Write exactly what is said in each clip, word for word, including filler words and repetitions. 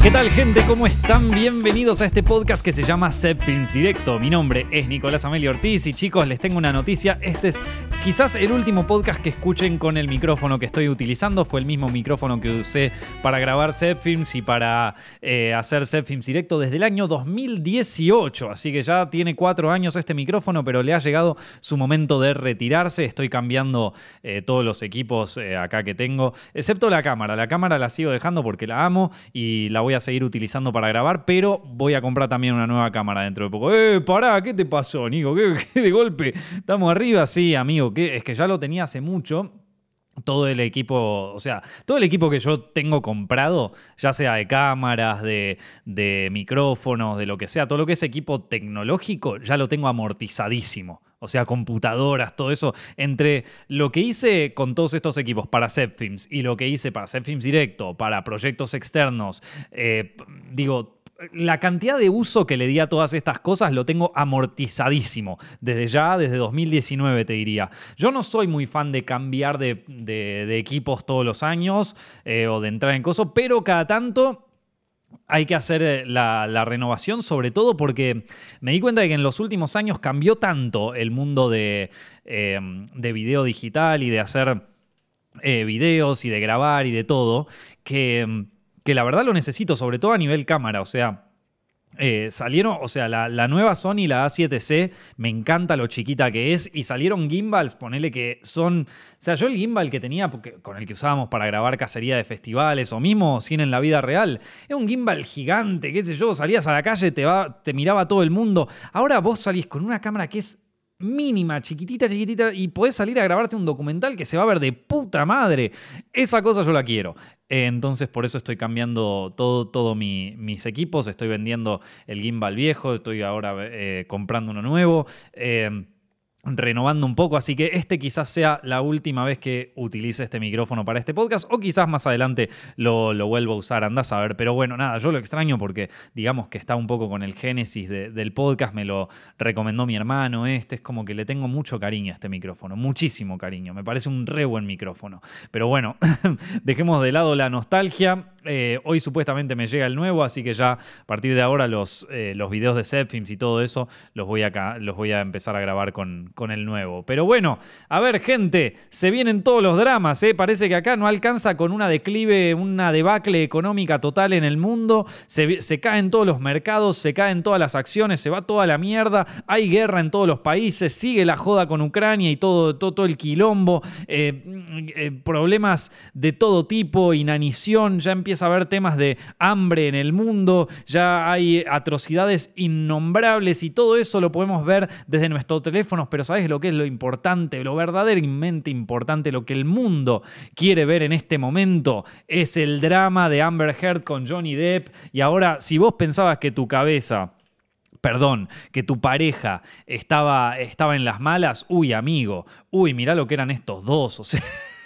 ¿Qué tal, gente? ¿Cómo están? Bienvenidos a este podcast que se llama ZepFilms Directo. Mi nombre es Nicolás Amelio Ortiz y, chicos, les tengo una noticia. Este es quizás el último podcast que escuchen con el micrófono que estoy utilizando. Fue el mismo micrófono que usé para grabar ZepFilms y para eh, hacer ZepFilms Directo desde el año dos mil dieciocho. Así que ya tiene cuatro años este micrófono, pero le ha llegado su momento de retirarse. Estoy cambiando eh, todos los equipos eh, acá que tengo, excepto la cámara. La cámara la sigo dejando porque la amo y la voy a seguir utilizando para grabar, pero voy a comprar también una nueva cámara dentro de poco. ¡Eh, pará! ¿Qué te pasó, Nico? ¿Qué, qué de golpe? ¿Estamos arriba? Sí, amigo, que es que ya lo tenía hace mucho. Todo el equipo, o sea, todo el equipo que yo tengo comprado, ya sea de cámaras, de, de micrófonos, de lo que sea, todo lo que es equipo tecnológico, ya lo tengo amortizadísimo. O sea, computadoras, todo eso. Entre lo que hice con todos estos equipos para ZepFilms y lo que hice para ZepFilms Directo, para proyectos externos, eh, digo... La cantidad de uso que le di a todas estas cosas lo tengo amortizadísimo. Desde ya, desde dos mil diecinueve te diría. Yo no soy muy fan de cambiar de, de, de equipos todos los años eh, o de entrar en cosas, pero cada tanto hay que hacer la, la renovación, sobre todo porque me di cuenta de que en los últimos años cambió tanto el mundo de, eh, de video digital y de hacer eh, videos y de grabar y de todo, que... que la verdad lo necesito, sobre todo a nivel cámara. O sea, eh, salieron, o sea, la, la nueva Sony, la A siete C, me encanta lo chiquita que es, y salieron gimbals, ponele que son... O sea, yo el gimbal que tenía, porque, con el que usábamos para grabar cacería de festivales o mismo cine en la vida real, era un gimbal gigante, qué sé yo, salías a la calle, te, va, te miraba todo el mundo. Ahora vos salís con una cámara que es mínima, chiquitita, chiquitita, y podés salir a grabarte un documental que se va a ver de puta madre. Esa cosa yo la quiero. Eh, entonces por eso estoy cambiando todo, todo mi, mis equipos. Estoy vendiendo el gimbal viejo, estoy ahora eh, comprando uno nuevo. Eh, renovando un poco, así que este quizás sea la última vez que utilice este micrófono para este podcast, o quizás más adelante lo, lo vuelvo a usar, andás a ver, pero bueno, nada, yo lo extraño porque digamos que está un poco con el génesis de, del podcast, me lo recomendó mi hermano, este es como que le tengo mucho cariño a este micrófono, muchísimo cariño, me parece un re buen micrófono, pero bueno, dejemos de lado la nostalgia. Eh, hoy supuestamente me llega el nuevo, así que ya a partir de ahora los, eh, los videos de ZepFilms y todo eso los voy a, los voy a empezar a grabar con, con el nuevo. Pero bueno, a ver, gente, se vienen todos los dramas, ¿eh? Parece que acá no alcanza con una declive, una debacle económica total en el mundo, se, se caen todos los mercados, se caen todas las acciones, se va toda la mierda, hay guerra en todos los países, sigue la joda con Ucrania y todo, todo, todo el quilombo, eh, eh, problemas de todo tipo, inanición, ya empieza a haber temas de hambre en el mundo, ya hay atrocidades innombrables y todo eso lo podemos ver desde nuestros teléfonos, pero ¿sabes lo que es lo importante, lo verdaderamente importante, lo que el mundo quiere ver en este momento? Es el drama de Amber Heard con Johnny Depp. Y ahora, si vos pensabas que tu cabeza... Perdón, que tu pareja estaba, estaba en las malas, uy, amigo, uy, mirá lo que eran estos dos, o sea...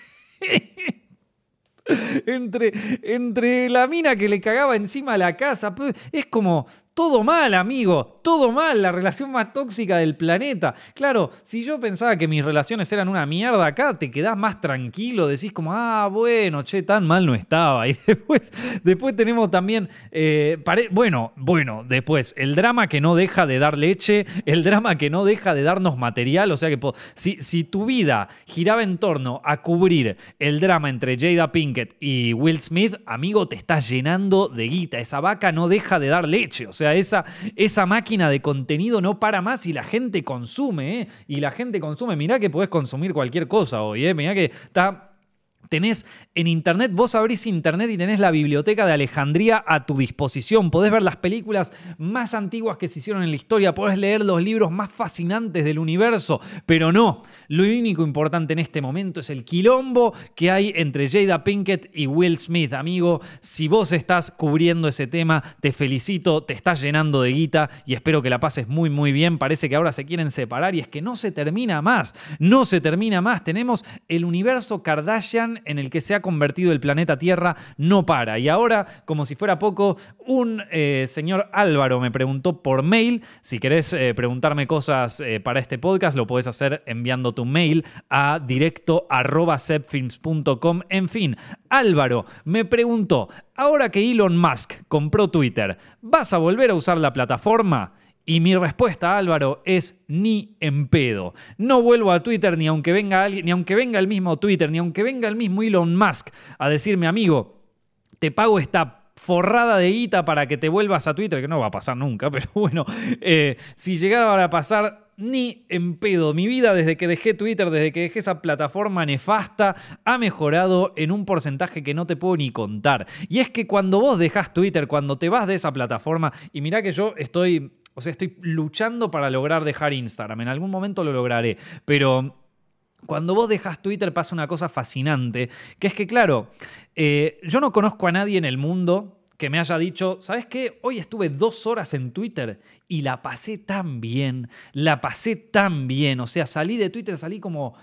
Entre, entre la mina que le cagaba encima a la casa, es como todo mal, amigo, todo mal, la relación más tóxica del planeta. Claro, si yo pensaba que mis relaciones eran una mierda, acá te quedás más tranquilo, decís como, ah, bueno, che, tan mal no estaba. Y después, después tenemos también, eh, pare- bueno, bueno, después, el drama que no deja de dar leche, el drama que no deja de darnos material, o sea que po- si, si tu vida giraba en torno a cubrir el drama entre Jada Pinkett y Will Smith, amigo, te estás llenando de guita, esa vaca no deja de dar leche, o sea, O sea, esa, esa máquina de contenido no para más y la gente consume, ¿eh? Y la gente consume. Mirá que podés consumir cualquier cosa hoy, ¿eh? Mirá que está... Tenés en internet, vos abrís internet y tenés la biblioteca de Alejandría a tu disposición. Podés ver las películas más antiguas que se hicieron en la historia, podés leer los libros más fascinantes del universo, pero no, lo único importante en este momento es el quilombo que hay entre Jada Pinkett y Will Smith. Amigo, si vos estás cubriendo ese tema, te felicito, te estás llenando de guita y espero que la pases muy muy bien. Parece que ahora se quieren separar y es que no se termina más, no se termina más. Tenemos el universo Kardashian huracán en el que se ha convertido el planeta Tierra no para. Y ahora, como si fuera poco, un eh, señor Álvaro me preguntó por mail. Si querés eh, preguntarme cosas eh, para este podcast, lo podés hacer enviando tu mail a directo arroba zepfilms punto com. En fin, Álvaro me preguntó, ahora que Elon Musk compró Twitter, ¿vas a volver a usar la plataforma? Y mi respuesta, Álvaro, es ni en pedo. No vuelvo a Twitter ni aunque venga alguien, ni aunque venga el mismo Twitter, ni aunque venga el mismo Elon Musk a decirme, amigo, te pago esta forrada de guita para que te vuelvas a Twitter, que no va a pasar nunca, pero bueno, eh, si llegara a pasar, ni en pedo. Mi vida desde que dejé Twitter, desde que dejé esa plataforma nefasta, ha mejorado en un porcentaje que no te puedo ni contar. Y es que cuando vos dejás Twitter, cuando te vas de esa plataforma, y mirá que yo estoy... O sea, estoy luchando para lograr dejar Instagram. En algún momento lo lograré. Pero cuando vos dejás Twitter pasa una cosa fascinante. Que es que, claro, eh, yo no conozco a nadie en el mundo que me haya dicho, ¿sabes qué? Hoy estuve dos horas en Twitter y la pasé tan bien. La pasé tan bien. O sea, salí de Twitter, salí como...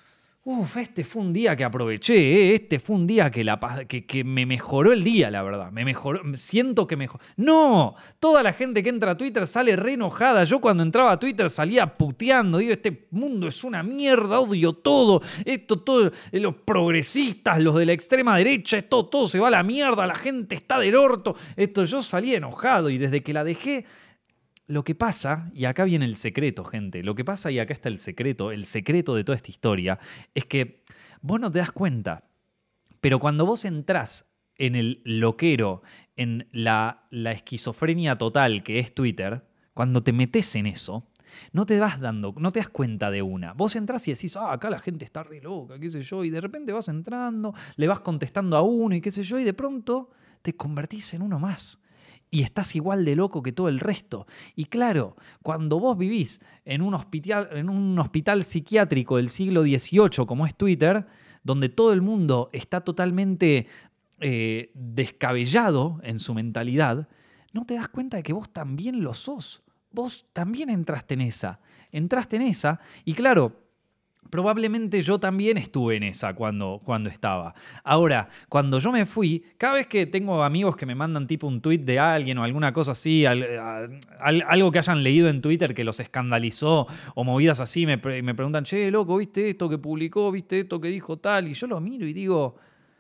Uf, este fue un día que aproveché, ¿eh? Este fue un día que, la, que, que me mejoró el día, la verdad. Me mejoró, siento que mejoró. ¡No! Toda la gente que entra a Twitter sale re enojada. Yo cuando entraba a Twitter salía puteando. Digo, este mundo es una mierda, odio todo. Esto, todo, los progresistas, los de la extrema derecha, esto todo se va a la mierda, la gente está del orto. Esto, yo salía enojado y desde que la dejé... Lo que pasa, y acá viene el secreto, gente, lo que pasa, y acá está el secreto, el secreto de toda esta historia, es que vos no te das cuenta, pero cuando vos entrás en el loquero, en la, la esquizofrenia total que es Twitter, cuando te metés en eso, no te vas dando, no te das cuenta de una. Vos entrás y decís, ah, acá la gente está re loca, qué sé yo, y de repente vas entrando, le vas contestando a uno y qué sé yo, y de pronto te convertís en uno más. Y estás igual de loco que todo el resto. Y claro, cuando vos vivís en un hospital, en un hospital psiquiátrico del siglo dieciocho, como es Twitter, donde todo el mundo está totalmente eh, descabellado en su mentalidad, no te das cuenta de que vos también lo sos. Vos también entraste en esa. Entraste en esa y claro... Probablemente yo también estuve en esa cuando, cuando estaba. Ahora, cuando yo me fui, cada vez que tengo amigos que me mandan tipo un tweet de alguien o alguna cosa así, al, al, algo que hayan leído en Twitter que los escandalizó o movidas así, me, me preguntan, che, loco, ¿viste esto que publicó? ¿Viste esto que dijo tal? Y yo lo miro y digo,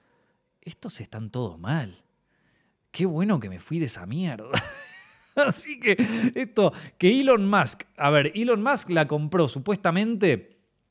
estos están todos mal. Qué bueno que me fui de esa mierda. Así que esto, que Elon Musk, a ver, Elon Musk la compró supuestamente...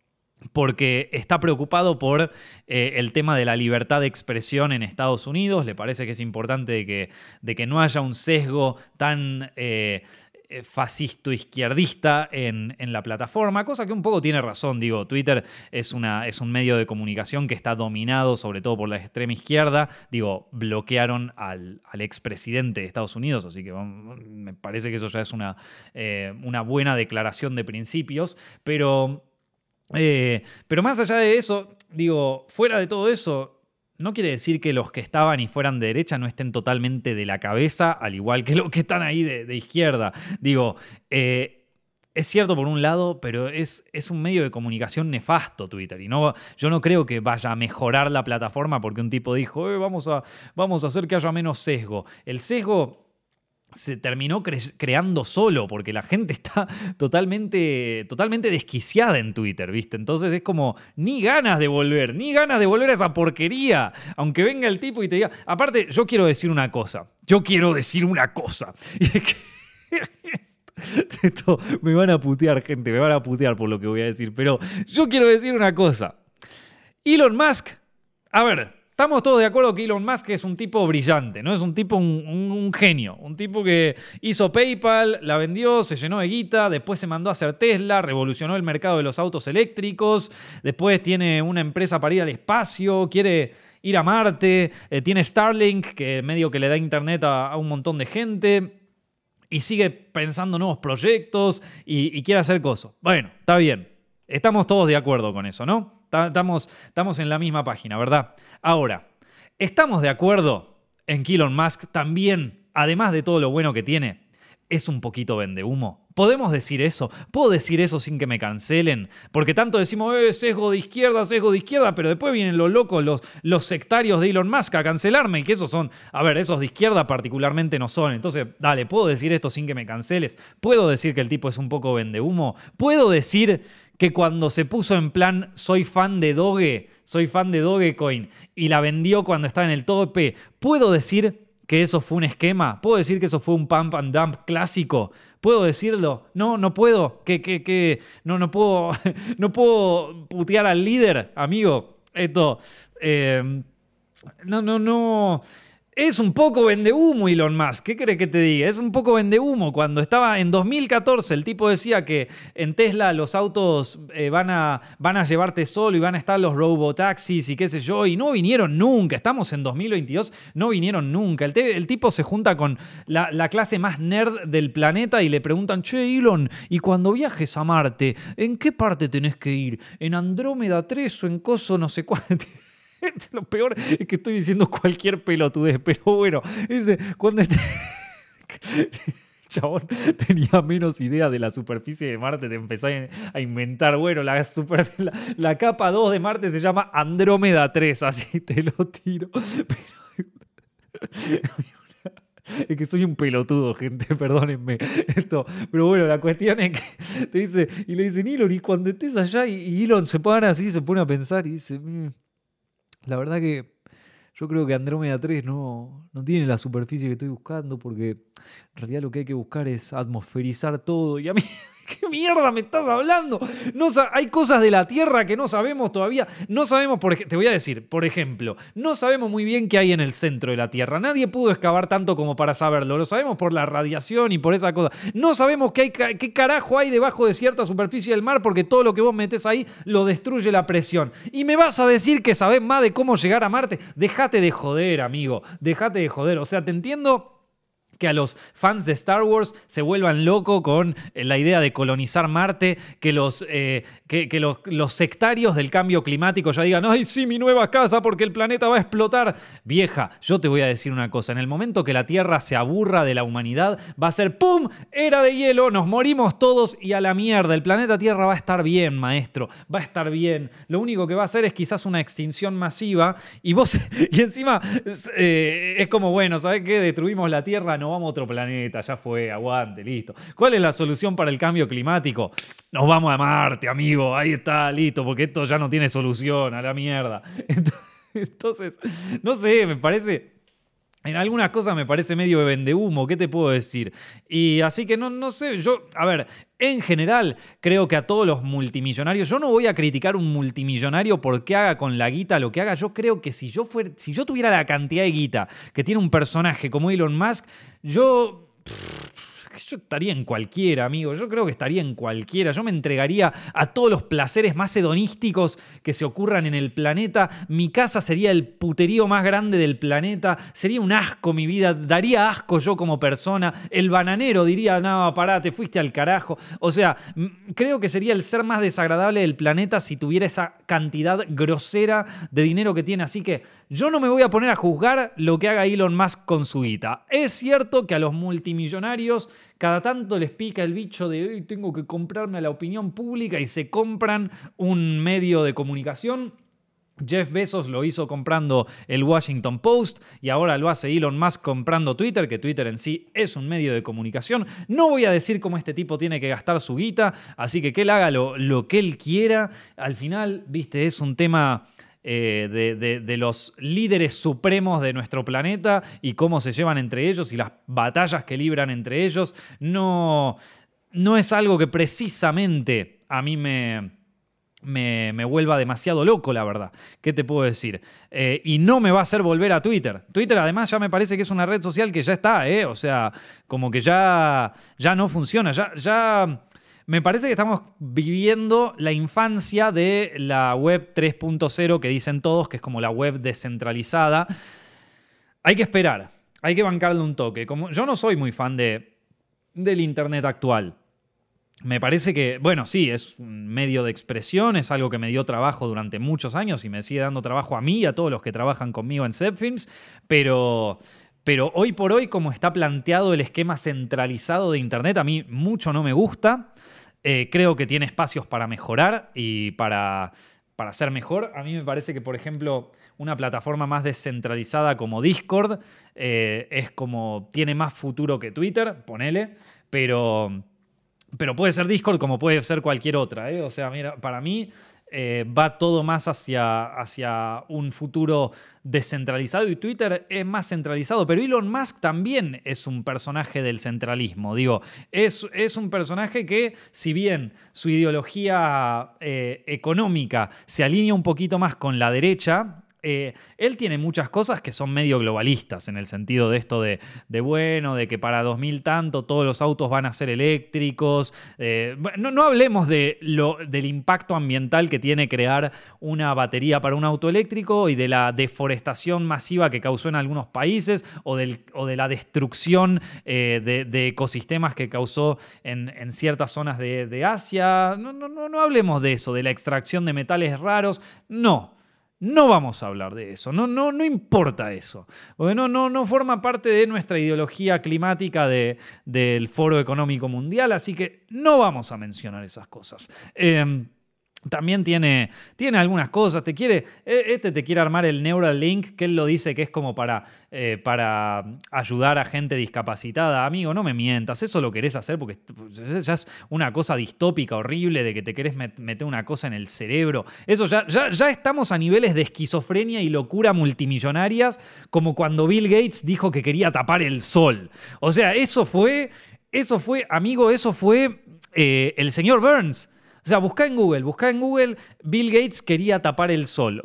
porque está preocupado por eh, el tema de la libertad de expresión en Estados Unidos. Le parece que es importante de que, de que no haya un sesgo tan eh, fascisto-izquierdista en, en la plataforma, cosa que un poco tiene razón. Digo, Twitter es, una, es un medio de comunicación que está dominado sobre todo por la extrema izquierda. Digo, bloquearon al, al expresidente de Estados Unidos, así que bueno, me parece que eso ya es una, eh, una buena declaración de principios, pero... Eh, pero más allá de eso, digo, fuera de todo eso, no quiere decir que los que estaban y fueran de derecha no estén totalmente de la cabeza, al igual que los que están ahí de, de izquierda. Digo, eh, es cierto por un lado, pero es, es un medio de comunicación nefasto Twitter. Y no, yo no creo que vaya a mejorar la plataforma porque un tipo dijo, eh, vamos a, vamos a hacer que haya menos sesgo. El sesgo... se terminó cre- creando solo porque la gente está totalmente, totalmente desquiciada en Twitter, ¿viste? Entonces es como, ni ganas de volver, ni ganas de volver a esa porquería. Aunque venga el tipo y te diga... Aparte, yo quiero decir una cosa. Yo quiero decir una cosa. Y es que... Esto, me van a putear, gente, me van a putear por lo que voy a decir. Pero yo quiero decir una cosa. Elon Musk... A ver... Estamos todos de acuerdo que Elon Musk es un tipo brillante, ¿no? Es un tipo, un, un, un genio. Un tipo que hizo PayPal, la vendió, se llenó de guita, después se mandó a hacer Tesla, revolucionó el mercado de los autos eléctricos, después tiene una empresa para ir al espacio, quiere ir a Marte, eh, tiene Starlink, que medio que le da internet a, a un montón de gente, y sigue pensando nuevos proyectos y, y quiere hacer cosas. Bueno, está bien. Estamos todos de acuerdo con eso, ¿no? Estamos, estamos en la misma página, ¿verdad? Ahora, ¿estamos de acuerdo en que Elon Musk también, además de todo lo bueno que tiene, es un poquito vendehumo? ¿Podemos decir eso? ¿Puedo decir eso sin que me cancelen? Porque tanto decimos, eh, sesgo de izquierda, sesgo de izquierda, pero después vienen los locos, los, los sectarios de Elon Musk a cancelarme, y que esos son, a ver, esos de izquierda particularmente no son. Entonces, dale, ¿puedo decir esto sin que me canceles? ¿Puedo decir que el tipo es un poco vendehumo? ¿Puedo decir que cuando se puso en plan, soy fan de Doge, soy fan de Dogecoin, y la vendió cuando estaba en el tope, ¿puedo decir que eso fue un esquema? ¿Puedo decir que eso fue un pump and dump clásico? ¿Puedo decirlo? No, no puedo. ¿Qué, qué, qué? No, no puedo, no puedo putear al líder, amigo. Esto, eh, no, no, no. Es un poco vendehumo Elon Musk, ¿qué crees que te diga? Es un poco vendehumo. Cuando estaba en dos mil catorce, el tipo decía que en Tesla los autos eh, van, a, van a llevarte solo y van a estar los robotaxis y qué sé yo, y no vinieron nunca. Estamos en dos mil veintidós, no vinieron nunca. El, te, el tipo se junta con la, la clase más nerd del planeta y le preguntan, che, Elon, y cuando viajes a Marte, ¿en qué parte tenés que ir? ¿En Andrómeda tres o en Coso no sé cuánto? Lo peor es que estoy diciendo cualquier pelotudez, pero bueno, ese, cuando este chabón tenía menos idea de la superficie de Marte, te empezás a inventar, bueno, la, super, la, la capa dos de Marte se llama Andrómeda tres, así te lo tiro. Pero, es que soy un pelotudo, gente, perdónenme esto. Pero bueno, la cuestión es que te dice, y le dicen, Elon, y cuando estés allá, y, y Elon se para así, se pone a pensar y dice, mmm, la verdad que yo creo que Andrómeda tres no, no tiene la superficie que estoy buscando, porque en realidad lo que hay que buscar es atmosferizar todo. Y a mí, ¿qué mierda me estás hablando? No, hay cosas de la Tierra que no sabemos todavía. No sabemos, por, te voy a decir, por ejemplo, no sabemos muy bien qué hay en el centro de la Tierra. Nadie pudo excavar tanto como para saberlo. Lo sabemos por la radiación y por esa cosa. No sabemos qué, hay, qué carajo hay debajo de cierta superficie del mar, porque todo lo que vos metés ahí lo destruye la presión. Y me vas a decir que sabés más de cómo llegar a Marte. Dejate de joder, amigo. Dejate de joder. O sea, te entiendo que a los fans de Star Wars se vuelvan locos con la idea de colonizar Marte, que los, eh, que, que los, los sectarios del cambio climático ya digan, ¡ay, sí, mi nueva casa porque el planeta va a explotar! Vieja, yo te voy a decir una cosa, en el momento que la Tierra se aburra de la humanidad, va a ser ¡pum! Era de hielo, nos morimos todos y a la mierda. El planeta Tierra va a estar bien, maestro, va a estar bien. Lo único que va a hacer es quizás una extinción masiva y vos, y encima eh, es como, bueno, ¿sabés qué? Destruimos la Tierra, no vamos a otro planeta, ya fue, aguante, listo. ¿Cuál es la solución para el cambio climático? Nos vamos a Marte, amigo, ahí está, listo, porque esto ya no tiene solución, a la mierda. Entonces, no sé, me parece... En algunas cosas me parece medio de vendehumo, ¿qué te puedo decir? Y así que no, no sé, yo, a ver, en general creo que a todos los multimillonarios, yo no voy a criticar un multimillonario porque haga con la guita lo que haga. Yo creo que si yo, fuera, si yo tuviera la cantidad de guita que tiene un personaje como Elon Musk, yo... Yo estaría en cualquiera, amigo. Yo creo que estaría en cualquiera. Yo me entregaría a todos los placeres más hedonísticos que se ocurran en el planeta. Mi casa sería el puterío más grande del planeta. Sería un asco mi vida. Daría asco yo como persona. El bananero diría, no, pará, te fuiste al carajo. O sea, creo que sería el ser más desagradable del planeta si tuviera esa cantidad grosera de dinero que tiene. Así que yo no me voy a poner a juzgar lo que haga Elon Musk con su guita. Es cierto que a los multimillonarios cada tanto les pica el bicho de tengo que comprarme a la opinión pública y se compran un medio de comunicación. Jeff Bezos lo hizo comprando el Washington Post y ahora lo hace Elon Musk comprando Twitter, que Twitter en sí es un medio de comunicación. No voy a decir cómo este tipo tiene que gastar su guita, así que que él haga lo, lo que él quiera. Al final, viste, es un tema... Eh, de, de, de los líderes supremos de nuestro planeta y cómo se llevan entre ellos y las batallas que libran entre ellos, no, no es algo que precisamente a mí me, me, me vuelva demasiado loco, la verdad. ¿Qué te puedo decir? Eh, y no me va a hacer volver a Twitter. Twitter además ya me parece que es una red social que ya está, ¿eh? O sea, como que ya, ya no funciona, ya... ya me parece que estamos viviendo la infancia de la web tres punto cero que dicen todos, que es como la web descentralizada. Hay que esperar, hay que bancarle un toque. Como yo no soy muy fan de, del internet actual. Me parece que, bueno, sí, es un medio de expresión, es algo que me dio trabajo durante muchos años y me sigue dando trabajo a mí y a todos los que trabajan conmigo en Zepfilms, pero... Pero hoy por hoy, como está planteado el esquema centralizado de Internet, a mí mucho no me gusta. Eh, creo que tiene espacios para mejorar y para, para ser mejor. A mí me parece que, por ejemplo, una plataforma más descentralizada como Discord eh, es como, tiene más futuro que Twitter, ponele, pero, pero puede ser Discord como puede ser cualquier otra, ¿eh? O sea, mira, para mí eh, va todo más hacia, hacia un futuro descentralizado y Twitter es más centralizado, pero Elon Musk también es un personaje del centralismo. Digo, es, es un personaje que, si bien su ideología eh, económica se alinea un poquito más con la derecha, Eh, él tiene muchas cosas que son medio globalistas en el sentido de esto de, de bueno, de que para dos mil tanto todos los autos van a ser eléctricos. Eh, no, no hablemos de lo, del impacto ambiental que tiene crear una batería para un auto eléctrico y de la deforestación masiva que causó en algunos países o, del, o de la destrucción eh, de, de ecosistemas que causó en, en ciertas zonas de, de Asia. No, no, no, no hablemos de eso, de la extracción de metales raros. No. No vamos a hablar de eso, no, no, no importa eso, porque no, no, no forma parte de nuestra ideología climática de, del Foro Económico Mundial, así que no vamos a mencionar esas cosas. Eh, También tiene, tiene algunas cosas. Te quiere, este te quiere armar el Neuralink, que él lo dice que es como para, eh, para ayudar a gente discapacitada. Amigo, no me mientas. Eso lo querés hacer porque ya es una cosa distópica, horrible, de que te querés meter una cosa en el cerebro. Eso ya, ya, ya estamos a niveles de esquizofrenia y locura multimillonarias, como cuando Bill Gates dijo que quería tapar el sol. O sea, eso fue, eso fue, amigo, eso fue eh, el señor Burns. O sea, buscá en Google, buscá en Google, Bill Gates quería tapar el sol.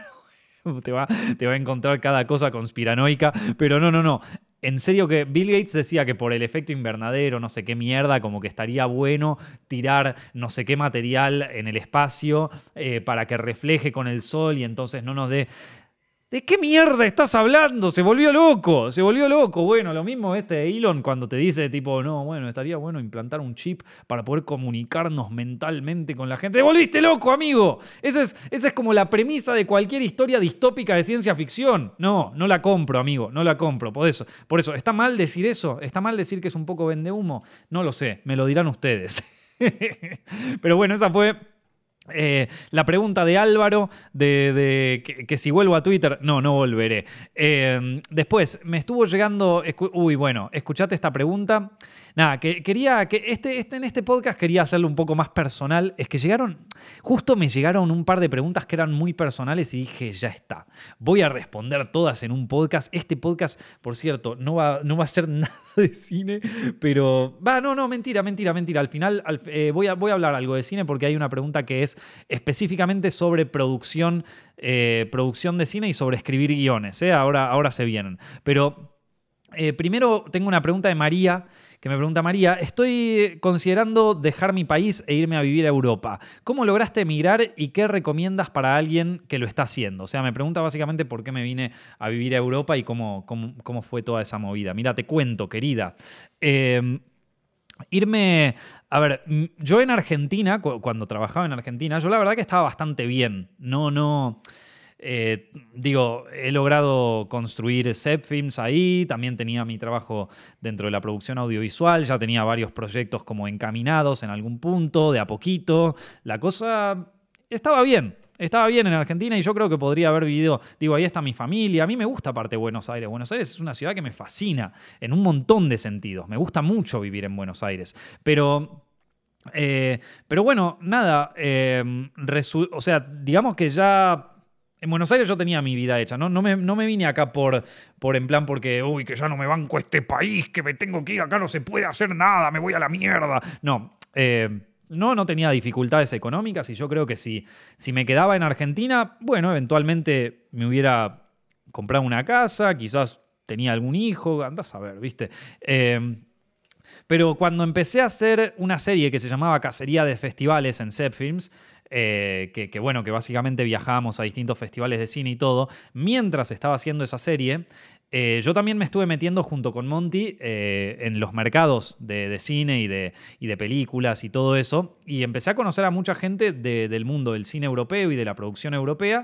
te, va, te va a encontrar cada cosa conspiranoica, pero no, no, no. En serio que Bill Gates decía que por el efecto invernadero, no sé qué mierda, como que estaría bueno tirar no sé qué material en el espacio eh, para que refleje con el sol y entonces no nos dé... ¿De qué mierda estás hablando? Se volvió loco, se volvió loco. Bueno, lo mismo este Elon cuando te dice tipo, no, bueno, estaría bueno implantar un chip para poder comunicarnos mentalmente con la gente. ¡Te volviste loco, amigo! Esa es, esa es como la premisa de cualquier historia distópica de ciencia ficción. No, no la compro, amigo, no la compro. Por eso, por eso, ¿está mal decir eso? ¿Está mal decir que es un poco vendehumo? No lo sé, me lo dirán ustedes. Pero bueno, esa fue... Eh, la pregunta de Álvaro de, de que, que si vuelvo a Twitter. No, no volveré. Eh, después me estuvo llegando, escu- uy, bueno, escuchate esta pregunta. Nada, que quería que este, este, en este podcast quería hacerlo un poco más personal. Es que llegaron, justo me llegaron un par de preguntas que eran muy personales y dije, ya está, voy a responder todas en un podcast. Este podcast, por cierto, no va, no va a ser nada de cine, pero va, no, no, mentira, mentira, mentira. Al final al, eh, voy, a, voy a hablar algo de cine porque hay una pregunta que es específicamente sobre producción, eh, producción de cine y sobre escribir guiones. ¿eh? Ahora, ahora se vienen. Pero eh, primero tengo una pregunta de María, que me pregunta María, estoy considerando dejar mi país e irme a vivir a Europa. ¿Cómo lograste emigrar y qué recomiendas para alguien que lo está haciendo? O sea, me pregunta básicamente por qué me vine a vivir a Europa y cómo, cómo, cómo fue toda esa movida. Mira, te cuento, querida. Eh, Irme, a ver, yo en Argentina, cuando trabajaba en Argentina, yo la verdad que estaba bastante bien. No, no, eh, digo, he logrado construir Zepfilms ahí, también tenía mi trabajo dentro de la producción audiovisual, ya tenía varios proyectos como encaminados en algún punto, de a poquito. La cosa estaba bien. Estaba bien en Argentina y yo creo que podría haber vivido, digo, ahí está mi familia. A mí me gusta aparte Buenos Aires. Buenos Aires es una ciudad que me fascina en un montón de sentidos. Me gusta mucho vivir en Buenos Aires. Pero, eh, pero bueno, nada. Eh, resu- o sea, digamos que ya... En Buenos Aires yo tenía mi vida hecha, ¿no? No me, no me vine acá por, por en plan porque, uy, que ya no me banco este país, que me tengo que ir acá, no se puede hacer nada, me voy a la mierda. No, eh... No, no tenía dificultades económicas y yo creo que si, si me quedaba en Argentina, bueno, eventualmente me hubiera comprado una casa, quizás tenía algún hijo, andás a ver, ¿viste? Eh, pero cuando empecé a hacer una serie que se llamaba Cacería de Festivales en Zepfilms, eh, que, que bueno, que básicamente viajábamos a distintos festivales de cine y todo, mientras estaba haciendo esa serie, Eh, yo también me estuve metiendo junto con Monty eh, en los mercados de, de cine y de, y de películas y todo eso. Y empecé a conocer a mucha gente de, del mundo del cine europeo y de la producción europea.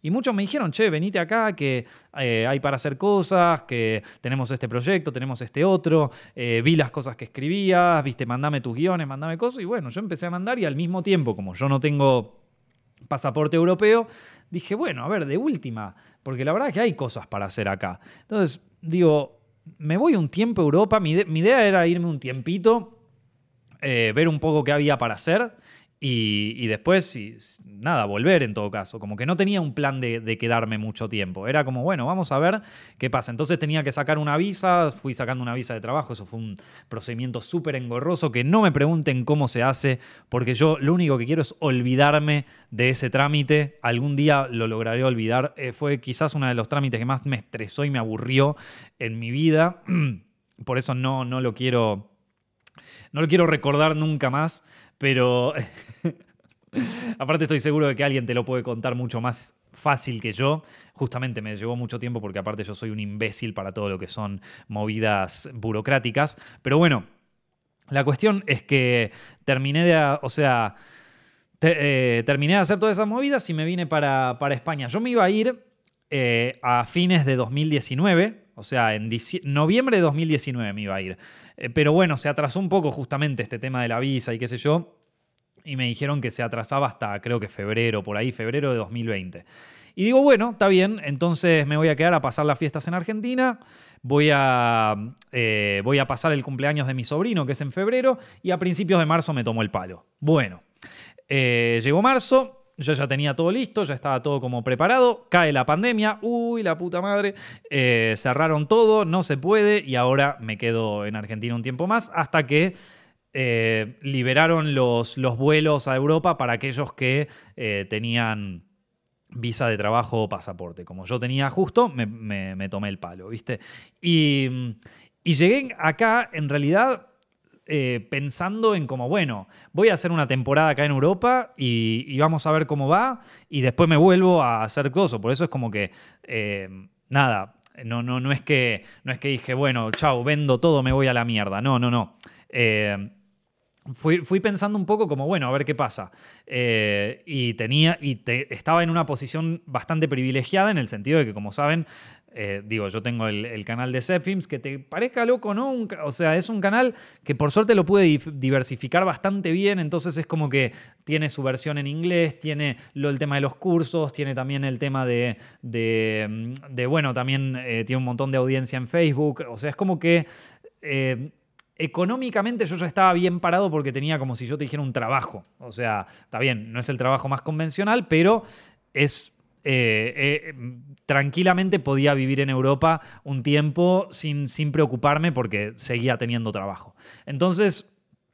Y muchos me dijeron, che, venite acá, que eh, hay para hacer cosas, que tenemos este proyecto, tenemos este otro, eh, vi las cosas que escribías, viste, mandame tus guiones, mandame cosas. Y bueno, yo empecé a mandar y al mismo tiempo, como yo no tengo pasaporte europeo, dije, bueno, a ver, de última, porque la verdad es que hay cosas para hacer acá. Entonces, digo, me voy un tiempo a Europa, mi, de, mi idea era irme un tiempito, eh, ver un poco qué había para hacer y, y después, y, nada, volver en todo caso. Como que no tenía un plan de, de quedarme mucho tiempo. Era como, bueno, vamos a ver qué pasa. Entonces tenía que sacar una visa, fui sacando una visa de trabajo, eso fue un procedimiento súper engorroso, que no me pregunten cómo se hace, porque yo lo único que quiero es olvidarme de ese trámite. Algún día lo lograré olvidar. Eh, fue quizás uno de los trámites que más me estresó y me aburrió en mi vida. Por eso no, no lo quiero... No lo quiero recordar nunca más, pero aparte estoy seguro de que alguien te lo puede contar mucho más fácil que yo. Justamente me llevó mucho tiempo porque aparte yo soy un imbécil para todo lo que son movidas burocráticas. Pero bueno, la cuestión es que terminé de... O sea, te, eh, terminé de hacer todas esas movidas y me vine para, para España. Yo me iba a ir eh, a fines de dos mil diecinueve. O sea, en noviembre de dos mil diecinueve me iba a ir. Eh, pero bueno, se atrasó un poco justamente este tema de la visa y qué sé yo. Y me dijeron que se atrasaba hasta creo que febrero, por ahí, febrero de dos mil veinte. Y digo, bueno, está bien, entonces me voy a quedar a pasar las fiestas en Argentina. Voy a, eh, voy a pasar el cumpleaños de mi sobrino, que es en febrero. Y a principios de marzo me tomó el palo. Bueno, eh, llegó marzo. Yo ya tenía todo listo, ya estaba todo como preparado. Cae la pandemia. Uy, la puta madre. Eh, cerraron todo, no se puede. Y ahora me quedo en Argentina un tiempo más hasta que eh, liberaron los, los vuelos a Europa para aquellos que eh, tenían visa de trabajo o pasaporte. Como yo tenía justo, me, me, me tomé el palo, ¿viste? Y, y llegué acá, en realidad... Eh, pensando en como, bueno, voy a hacer una temporada acá en Europa y, y vamos a ver cómo va y después me vuelvo a hacer cosas. Por eso es como que, eh, nada, no, no, no, es que, no es que dije, bueno, chau, vendo todo, me voy a la mierda. No, no, no. Eh, Fui, fui pensando un poco como, bueno, a ver qué pasa. Eh, y tenía, y te, estaba en una posición bastante privilegiada en el sentido de que, como saben, eh, digo, yo tengo el, el canal de Zepfilms, que te parezca loco, ¿no? Un, o sea, es un canal que por suerte lo pude diversificar bastante bien, entonces es como que tiene su versión en inglés, tiene lo, el tema de los cursos, tiene también el tema de, de, de bueno, también eh, tiene un montón de audiencia en Facebook, o sea, es como que... Eh, económicamente yo ya estaba bien parado porque tenía como si yo te dijera un trabajo. O sea, está bien, no es el trabajo más convencional, pero es eh, eh, tranquilamente podía vivir en Europa un tiempo sin, sin preocuparme porque seguía teniendo trabajo. Entonces,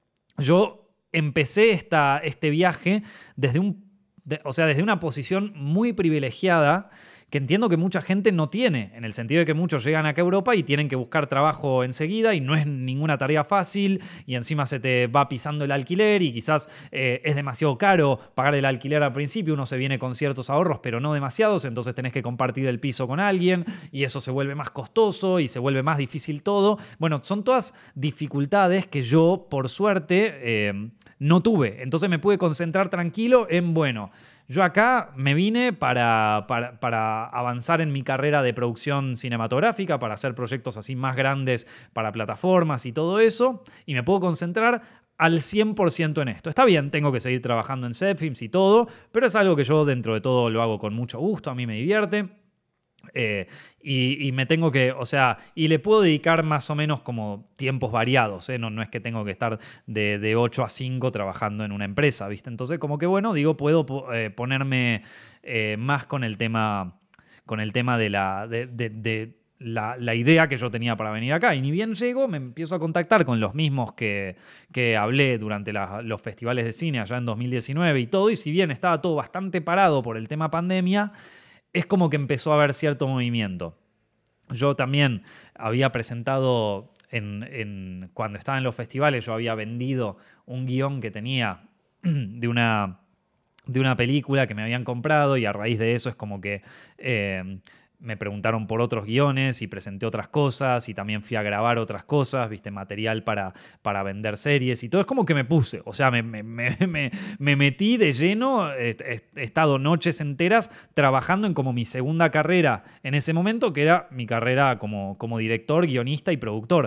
yo empecé esta, este viaje desde, un, de, o sea, desde una posición muy privilegiada que entiendo que mucha gente no tiene, en el sentido de que muchos llegan acá a Europa y tienen que buscar trabajo enseguida y no es ninguna tarea fácil y encima se te va pisando el alquiler y quizás eh, es demasiado caro pagar el alquiler al principio, uno se viene con ciertos ahorros pero no demasiados, entonces tenés que compartir el piso con alguien y eso se vuelve más costoso y se vuelve más difícil todo. Bueno, son todas dificultades que yo, por suerte, eh, no tuve. Entonces me pude concentrar tranquilo en, bueno... Yo acá me vine para, para, para avanzar en mi carrera de producción cinematográfica, para hacer proyectos así más grandes para plataformas y todo eso, y me puedo concentrar al cien por ciento en esto. Está bien, tengo que seguir trabajando en Zepfilms y todo, pero es algo que yo dentro de todo lo hago con mucho gusto, a mí me divierte. Eh, y, y me tengo que, o sea, y le puedo dedicar más o menos como tiempos variados, ¿eh? No, no es que tengo que estar de, de ocho a cinco trabajando en una empresa, ¿viste? Entonces, como que bueno, digo, puedo eh, ponerme eh, más con el tema, con el tema de la, de, de, de la, la idea que yo tenía para venir acá. Y ni bien llego, me empiezo a contactar con los mismos que, que hablé durante la, los festivales de cine allá en dos mil diecinueve y todo, y si bien estaba todo bastante parado por el tema pandemia, es como que empezó a haber cierto movimiento. Yo también había presentado, en, en, cuando estaba en los festivales, yo había vendido un guión que tenía de una, de una película que me habían comprado y a raíz de eso es como que... Eh, me preguntaron por otros guiones y presenté otras cosas y también fui a grabar otras cosas, viste, material para, para vender series y todo. Es como que me puse, o sea, me, me, me, me, me metí de lleno, he, he estado noches enteras trabajando en como mi segunda carrera en ese momento, que era mi carrera como, como director, guionista y productor.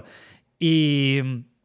Y,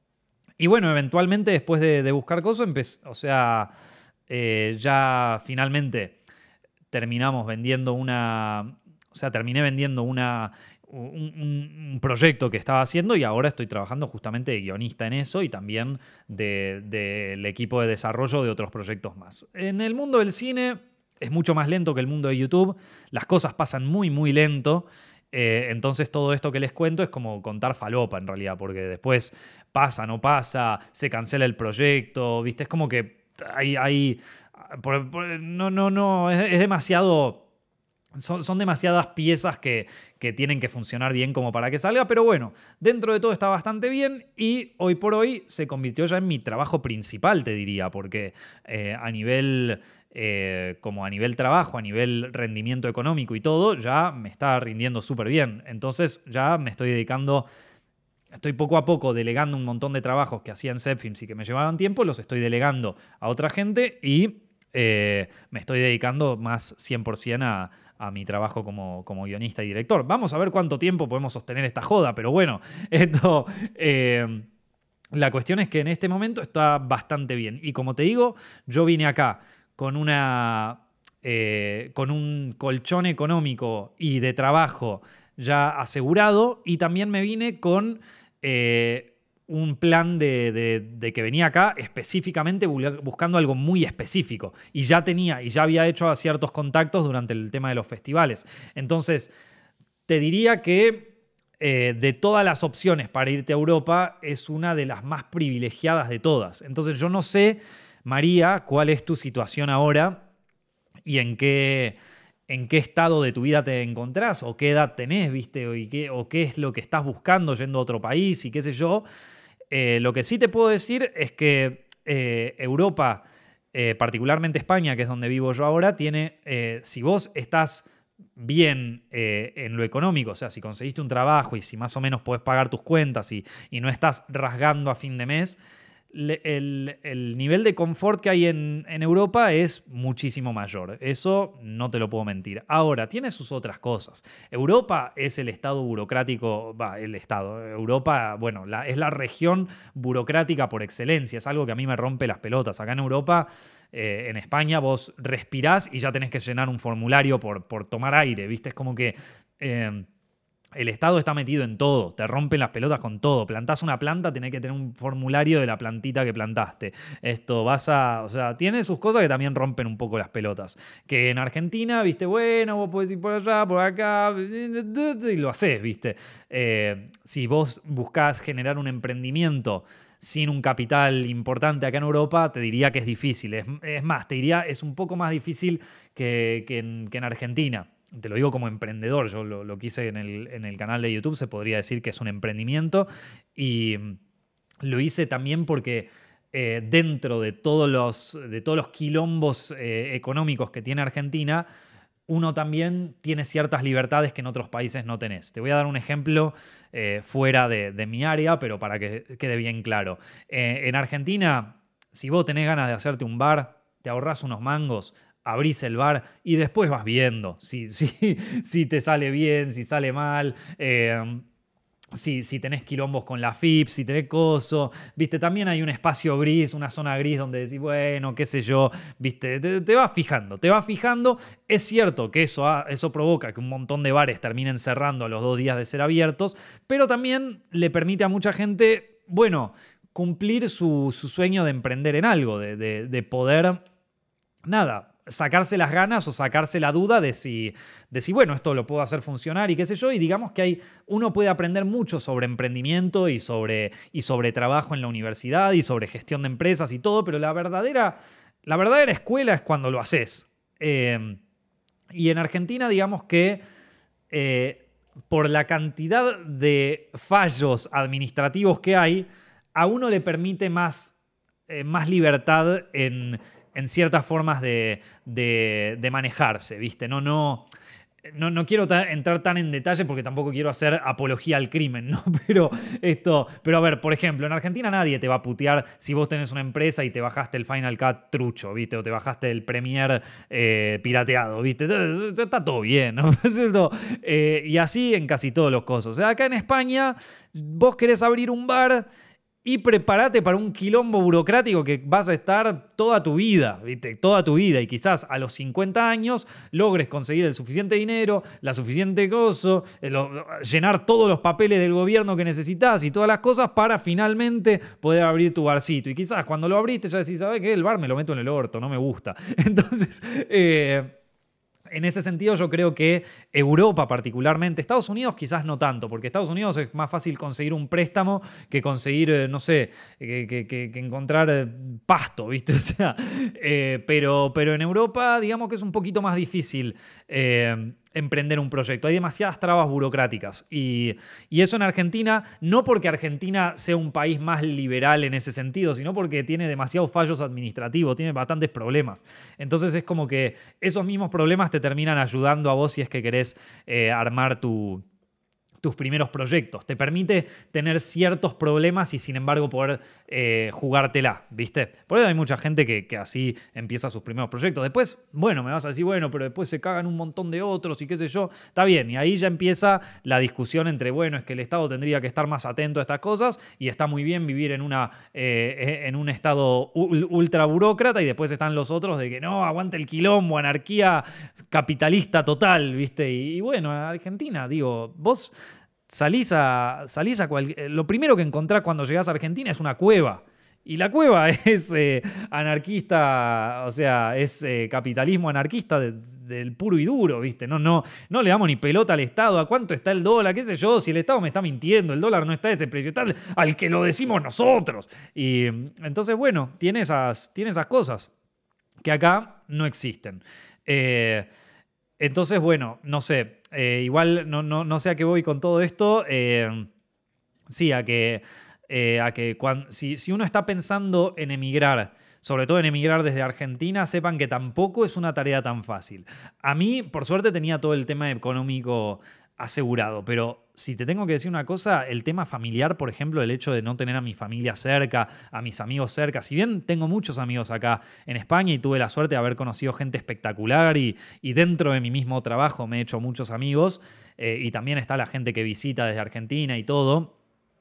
y bueno, eventualmente después de, de buscar cosas, empecé, o sea, eh, ya finalmente terminamos vendiendo una... O sea, terminé vendiendo una, un, un proyecto que estaba haciendo y ahora estoy trabajando justamente de guionista en eso y también del de, de equipo de desarrollo de otros proyectos más. En el mundo del cine es mucho más lento que el mundo de YouTube. Las cosas pasan muy, muy lento. Eh, entonces todo esto que les cuento es como contar falopa en realidad, porque después pasa, no pasa, se cancela el proyecto, ¿viste? Es como que hay... hay por, por, no, no, no, es, es demasiado... Son, son demasiadas piezas que, que tienen que funcionar bien como para que salga, pero bueno, dentro de todo está bastante bien y hoy por hoy se convirtió ya en mi trabajo principal, te diría, porque eh, a nivel, eh, como a nivel trabajo, a nivel rendimiento económico y todo, ya me está rindiendo súper bien. Entonces ya me estoy dedicando... Estoy poco a poco delegando un montón de trabajos que hacía en Zepfilms y que me llevaban tiempo, los estoy delegando a otra gente y eh, me estoy dedicando más cien por ciento a... a mi trabajo como, como guionista y director. Vamos a ver cuánto tiempo podemos sostener esta joda, pero bueno, esto... Eh, la cuestión es que en este momento está bastante bien. Y como te digo, yo vine acá con una... Eh, con un colchón económico y de trabajo ya asegurado y también me vine con... Eh, un plan de, de, de que venía acá específicamente buscando algo muy específico. Y ya tenía, y ya había hecho ciertos contactos durante el tema de los festivales. Entonces, te diría que eh, de todas las opciones para irte a Europa, es una de las más privilegiadas de todas. Entonces, yo no sé, María, cuál es tu situación ahora y en qué... en qué estado de tu vida te encontrás o qué edad tenés, ¿viste? O, y qué, o qué es lo que estás buscando yendo a otro país y qué sé yo. Eh, lo que sí te puedo decir es que eh, Europa, eh, particularmente España, que es donde vivo yo ahora, tiene, eh, si vos estás bien eh, en lo económico, o sea, si conseguiste un trabajo y si más o menos podés pagar tus cuentas y, y no estás rasgando a fin de mes, le, el, el nivel de confort que hay en, en Europa es muchísimo mayor. Eso no te lo puedo mentir. Ahora, tiene sus otras cosas. Europa es el estado burocrático, va, el estado. Europa, bueno, la, es la región burocrática por excelencia. Es algo que a mí me rompe las pelotas. Acá en Europa, eh, en España, vos respirás y ya tenés que llenar un formulario por, por tomar aire, ¿viste? Es como que... Eh, el Estado está metido en todo, te rompen las pelotas con todo. Plantás una planta, tenés que tener un formulario de la plantita que plantaste. Esto vas a... O sea, tiene sus cosas que también rompen un poco las pelotas. Que en Argentina, viste, bueno, vos podés ir por allá, por acá, y lo hacés, viste. Eh, si vos buscás generar un emprendimiento sin un capital importante acá en Europa, te diría que es difícil. Es, es más, te diría, es un poco más difícil que, que, en, que en Argentina. Te lo digo como emprendedor, yo lo, lo que hice en el, en el canal de YouTube, se podría decir que es un emprendimiento y lo hice también porque eh, dentro de todos los, de todos los quilombos eh, económicos que tiene Argentina, uno también tiene ciertas libertades que en otros países no tenés. Te voy a dar un ejemplo eh, fuera de, de mi área, pero para que quede bien claro. Eh, en Argentina, si vos tenés ganas de hacerte un bar, te ahorrás unos mangos, abrís el bar y después vas viendo si, si, si te sale bien, si sale mal, eh, si, si tenés quilombos con la F I P, si tenés coso, viste, también hay un espacio gris, una zona gris donde decís, bueno, qué sé yo, viste, te, te vas fijando, te vas fijando. Es cierto que eso, ha, eso provoca que un montón de bares terminen cerrando a los dos días de ser abiertos, pero también le permite a mucha gente, bueno, cumplir su, su sueño de emprender en algo, de, de, de poder, nada, sacarse las ganas o sacarse la duda de si, de si, bueno, esto lo puedo hacer funcionar y qué sé yo. Y digamos que hay, uno puede aprender mucho sobre emprendimiento y sobre, y sobre trabajo en la universidad y sobre gestión de empresas y todo, pero la verdadera, la verdadera escuela es cuando lo haces. Eh, y en Argentina, digamos que eh, por la cantidad de fallos administrativos que hay, a uno le permite más, eh, más libertad en... en ciertas formas de, de, de manejarse, ¿viste? No, no, No, no quiero ta- entrar tan en detalle porque tampoco quiero hacer apología al crimen, ¿no? Pero, esto, pero a ver, por ejemplo, en Argentina nadie te va a putear si vos tenés una empresa y te bajaste el Final Cut trucho, ¿viste? O te bajaste el Premiere eh, pirateado, ¿viste? Está todo bien, ¿no? Eh, y así en casi todos los cosas. O sea, acá en España, vos querés abrir un bar y prepárate para un quilombo burocrático que vas a estar toda tu vida, ¿viste? Toda tu vida. Y quizás a los cincuenta años logres conseguir el suficiente dinero, la suficiente gozo, eh, lo- llenar todos los papeles del gobierno que necesitas y todas las cosas para finalmente poder abrir tu barcito. Y quizás cuando lo abriste ya decís, ¿sabes qué? El bar me lo meto en el orto, no me gusta. Entonces, eh, en ese sentido yo creo que Europa particularmente, Estados Unidos quizás no tanto, porque Estados Unidos es más fácil conseguir un préstamo que conseguir, eh, no sé, que, que- que- que encontrar eh, pasto, ¿viste? O sea, eh, pero, pero en Europa digamos que es un poquito más difícil eh, emprender un proyecto. Hay demasiadas trabas burocráticas y, y eso en Argentina, no porque Argentina sea un país más liberal en ese sentido, sino porque tiene demasiados fallos administrativos, tiene bastantes problemas. Entonces es como que esos mismos problemas te terminan ayudando a vos si es que querés eh, armar tu, tus primeros proyectos. Te permite tener ciertos problemas y sin embargo poder eh, jugártela, ¿viste? Por eso hay mucha gente que, que así empieza sus primeros proyectos. Después, bueno, me vas a decir, bueno, pero después se cagan un montón de otros y qué sé yo. Está bien, y ahí ya empieza la discusión entre, bueno, es que el Estado tendría que estar más atento a estas cosas y está muy bien vivir en, una, eh, en un Estado ul- ultra burócrata y después están los otros de que no, aguante el quilombo, anarquía capitalista total, ¿viste? Y, y bueno, Argentina, digo, vos salís a, salís a cual- eh, lo primero que encontrás cuando llegás a Argentina es una cueva. Y la cueva es eh, anarquista, o sea, es eh, capitalismo anarquista de- del puro y duro, ¿viste? No, no, no le damos ni pelota al Estado, a cuánto está el dólar, qué sé yo, si el Estado me está mintiendo, el dólar no está a ese precio, está al, al que lo decimos nosotros. Y mm, entonces, bueno, tiene esas, tiene esas cosas que acá no existen. Eh, entonces, bueno, no sé, eh, igual no, no, no sé a qué voy con todo esto. eh, sí, a que, eh, a que cuan- si, si uno está pensando en emigrar, sobre todo en emigrar desde Argentina, sepan que tampoco es una tarea tan fácil. A mí, por suerte, tenía todo el tema económico asegurado, pero si te tengo que decir una cosa, el tema familiar, por ejemplo, el hecho de no tener a mi familia cerca, a mis amigos cerca, si bien tengo muchos amigos acá en España y tuve la suerte de haber conocido gente espectacular y, y dentro de mi mismo trabajo me he hecho muchos amigos, eh, y también está la gente que visita desde Argentina y todo.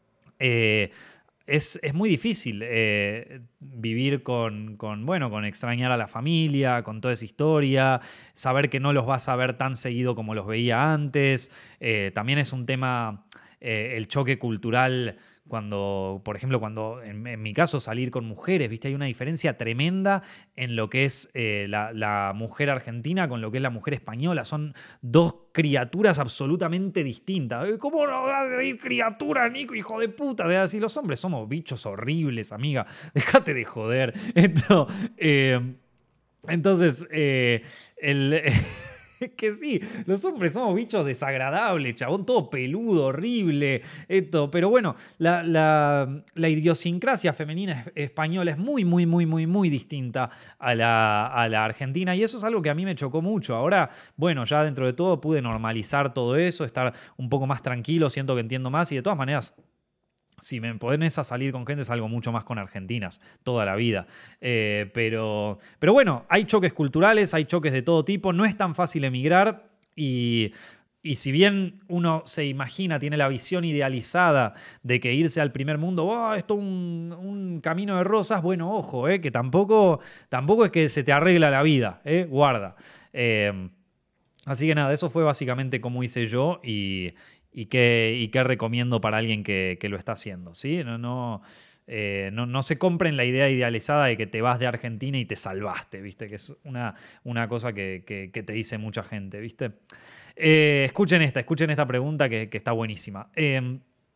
eh, es, es muy difícil eh, vivir con, con, bueno, con extrañar a la familia, con toda esa historia, saber que no los vas a ver tan seguido como los veía antes. Eh, también es un tema, eh, el choque cultural, cuando, por ejemplo, cuando en, en mi caso salir con mujeres, ¿viste? Hay una diferencia tremenda en lo que es eh, la, la mujer argentina con lo que es la mujer española. Son dos criaturas absolutamente distintas. Eh, ¿Cómo no vas a ir criatura, Nico, hijo de puta? De así, los hombres somos bichos horribles, amiga. Déjate de joder. Esto, eh, entonces, eh, el, que sí, los hombres somos bichos desagradables, chabón, todo peludo, horrible, esto. Pero bueno, la, la- la idiosincrasia femenina es- española es muy, muy, muy, muy, muy distinta a la, a la argentina y eso es algo que a mí me chocó mucho. Ahora, bueno, ya dentro de todo pude normalizar todo eso, estar un poco más tranquilo, siento que entiendo más y de todas maneras si me pones a salir con gente, salgo mucho más con argentinas, toda la vida. Eh, pero, pero bueno, hay choques culturales, hay choques de todo tipo, no es tan fácil emigrar y, y si bien uno se imagina, tiene la visión idealizada de que irse al primer mundo, "Oh, esto es un, un camino de rosas", bueno, ojo, eh, que tampoco, tampoco es que se te arregla la vida, eh, guarda. Eh, Así que nada, eso fue básicamente como hice yo y, y qué, y qué recomiendo para alguien que, que lo está haciendo, ¿sí? No, no, eh, no, no se compren la idea idealizada de que te vas de Argentina y te salvaste, ¿viste? Que es una, una cosa que, que- que te dice mucha gente, ¿viste? Eh, escuchen esta, escuchen esta pregunta que, que está buenísima. Eh,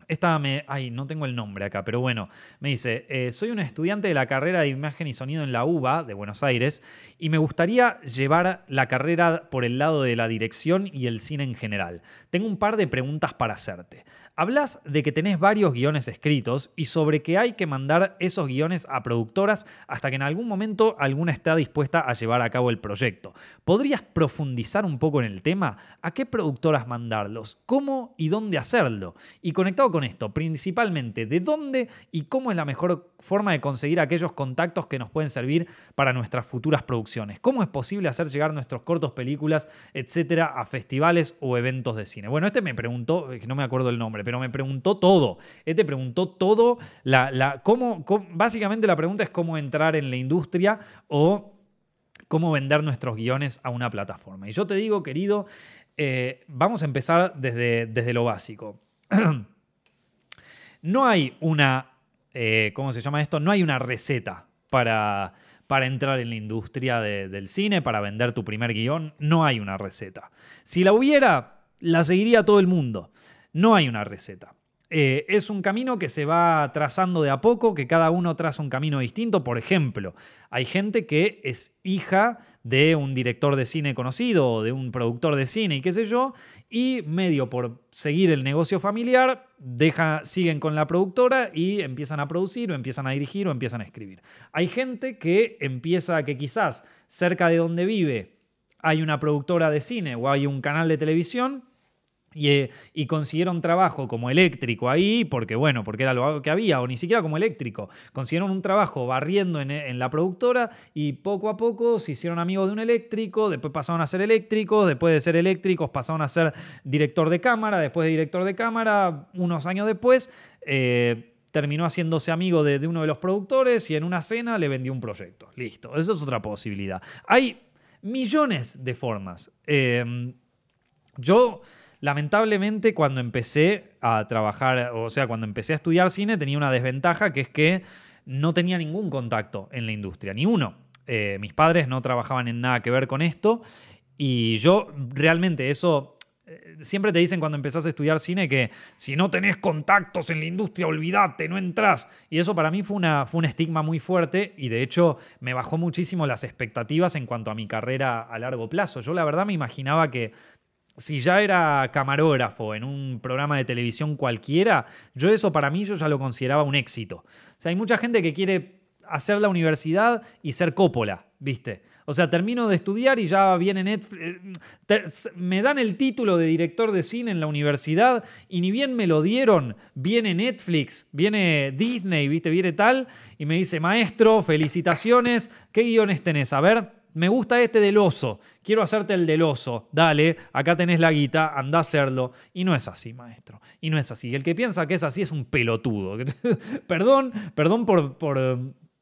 Esta me... Ay, no tengo el nombre acá, pero bueno. Me dice, eh, soy un estudiante de la carrera de Imagen y Sonido en la U B A de Buenos Aires y me gustaría llevar la carrera por el lado de la dirección y el cine en general. Tengo un par de preguntas para hacerte. Hablas de que tenés varios guiones escritos y sobre que hay que mandar esos guiones a productoras hasta que en algún momento alguna está dispuesta a llevar a cabo el proyecto. ¿Podrías profundizar un poco en el tema? ¿A qué productoras mandarlos? ¿Cómo y dónde hacerlo? Y conectado con esto, principalmente, ¿de dónde y cómo es la mejor forma de conseguir aquellos contactos que nos pueden servir para nuestras futuras producciones? ¿Cómo es posible hacer llegar nuestros cortos, películas, etcétera, a festivales o eventos de cine? Bueno, este me preguntó, que no me acuerdo el nombre, pero me preguntó todo. Este preguntó todo. La, la, cómo, cómo, básicamente la pregunta es cómo entrar en la industria o cómo vender nuestros guiones a una plataforma. Y yo te digo, querido, eh, vamos a empezar desde, desde lo básico. No hay una, eh, ¿cómo se llama esto? No hay una receta para, para entrar en la industria de, del cine, para vender tu primer guión. No hay una receta. Si la hubiera, la seguiría todo el mundo. No hay una receta. Eh, es un camino que se va trazando de a poco, que cada uno traza un camino distinto. Por ejemplo, hay gente que es hija de un director de cine conocido o de un productor de cine y qué sé yo, y medio por seguir el negocio familiar, deja, siguen con la productora y empiezan a producir o empiezan a dirigir o empiezan a escribir. Hay gente que empieza, que quizás cerca de donde vive hay una productora de cine o hay un canal de televisión, Y, eh, y consiguieron trabajo como eléctrico ahí, porque bueno, porque era lo que había, o ni siquiera como eléctrico. Consiguieron un trabajo barriendo en, en la productora y poco a poco se hicieron amigos de un eléctrico, después pasaron a ser eléctricos, después de ser eléctricos pasaron a ser director de cámara, después de director de cámara, unos años después, eh, terminó haciéndose amigo de, de uno de los productores y en una cena le vendió un proyecto. Listo, eso es otra posibilidad. Hay millones de formas. Eh, yo... Lamentablemente, cuando empecé a trabajar, o sea, cuando empecé a estudiar cine, tenía una desventaja que es que no tenía ningún contacto en la industria, ni uno. Eh, mis padres no trabajaban en nada que ver con esto y yo realmente eso... eh, Siempre te dicen cuando empezás a estudiar cine que si no tenés contactos en la industria, olvídate, no entrás. Y eso para mí fue, una, fue un estigma muy fuerte y de hecho me bajó muchísimo las expectativas en cuanto a mi carrera a largo plazo. Yo la verdad me imaginaba que si ya era camarógrafo en un programa de televisión cualquiera, yo eso para mí yo ya lo consideraba un éxito. O sea, hay mucha gente que quiere hacer la universidad y ser Coppola, ¿viste? O sea, termino de estudiar y ya viene Netflix. Te, me dan el título de director de cine en la universidad y ni bien me lo dieron, viene Netflix, viene Disney, ¿viste? Viene tal y me dice, maestro, felicitaciones, ¿qué guiones tenés? A ver... Me gusta este del oso, quiero hacerte el del oso, dale, acá tenés la guita, andá a hacerlo. Y no es así, maestro, y no es así. Y el que piensa que es así es un pelotudo. Perdón, perdón por, por,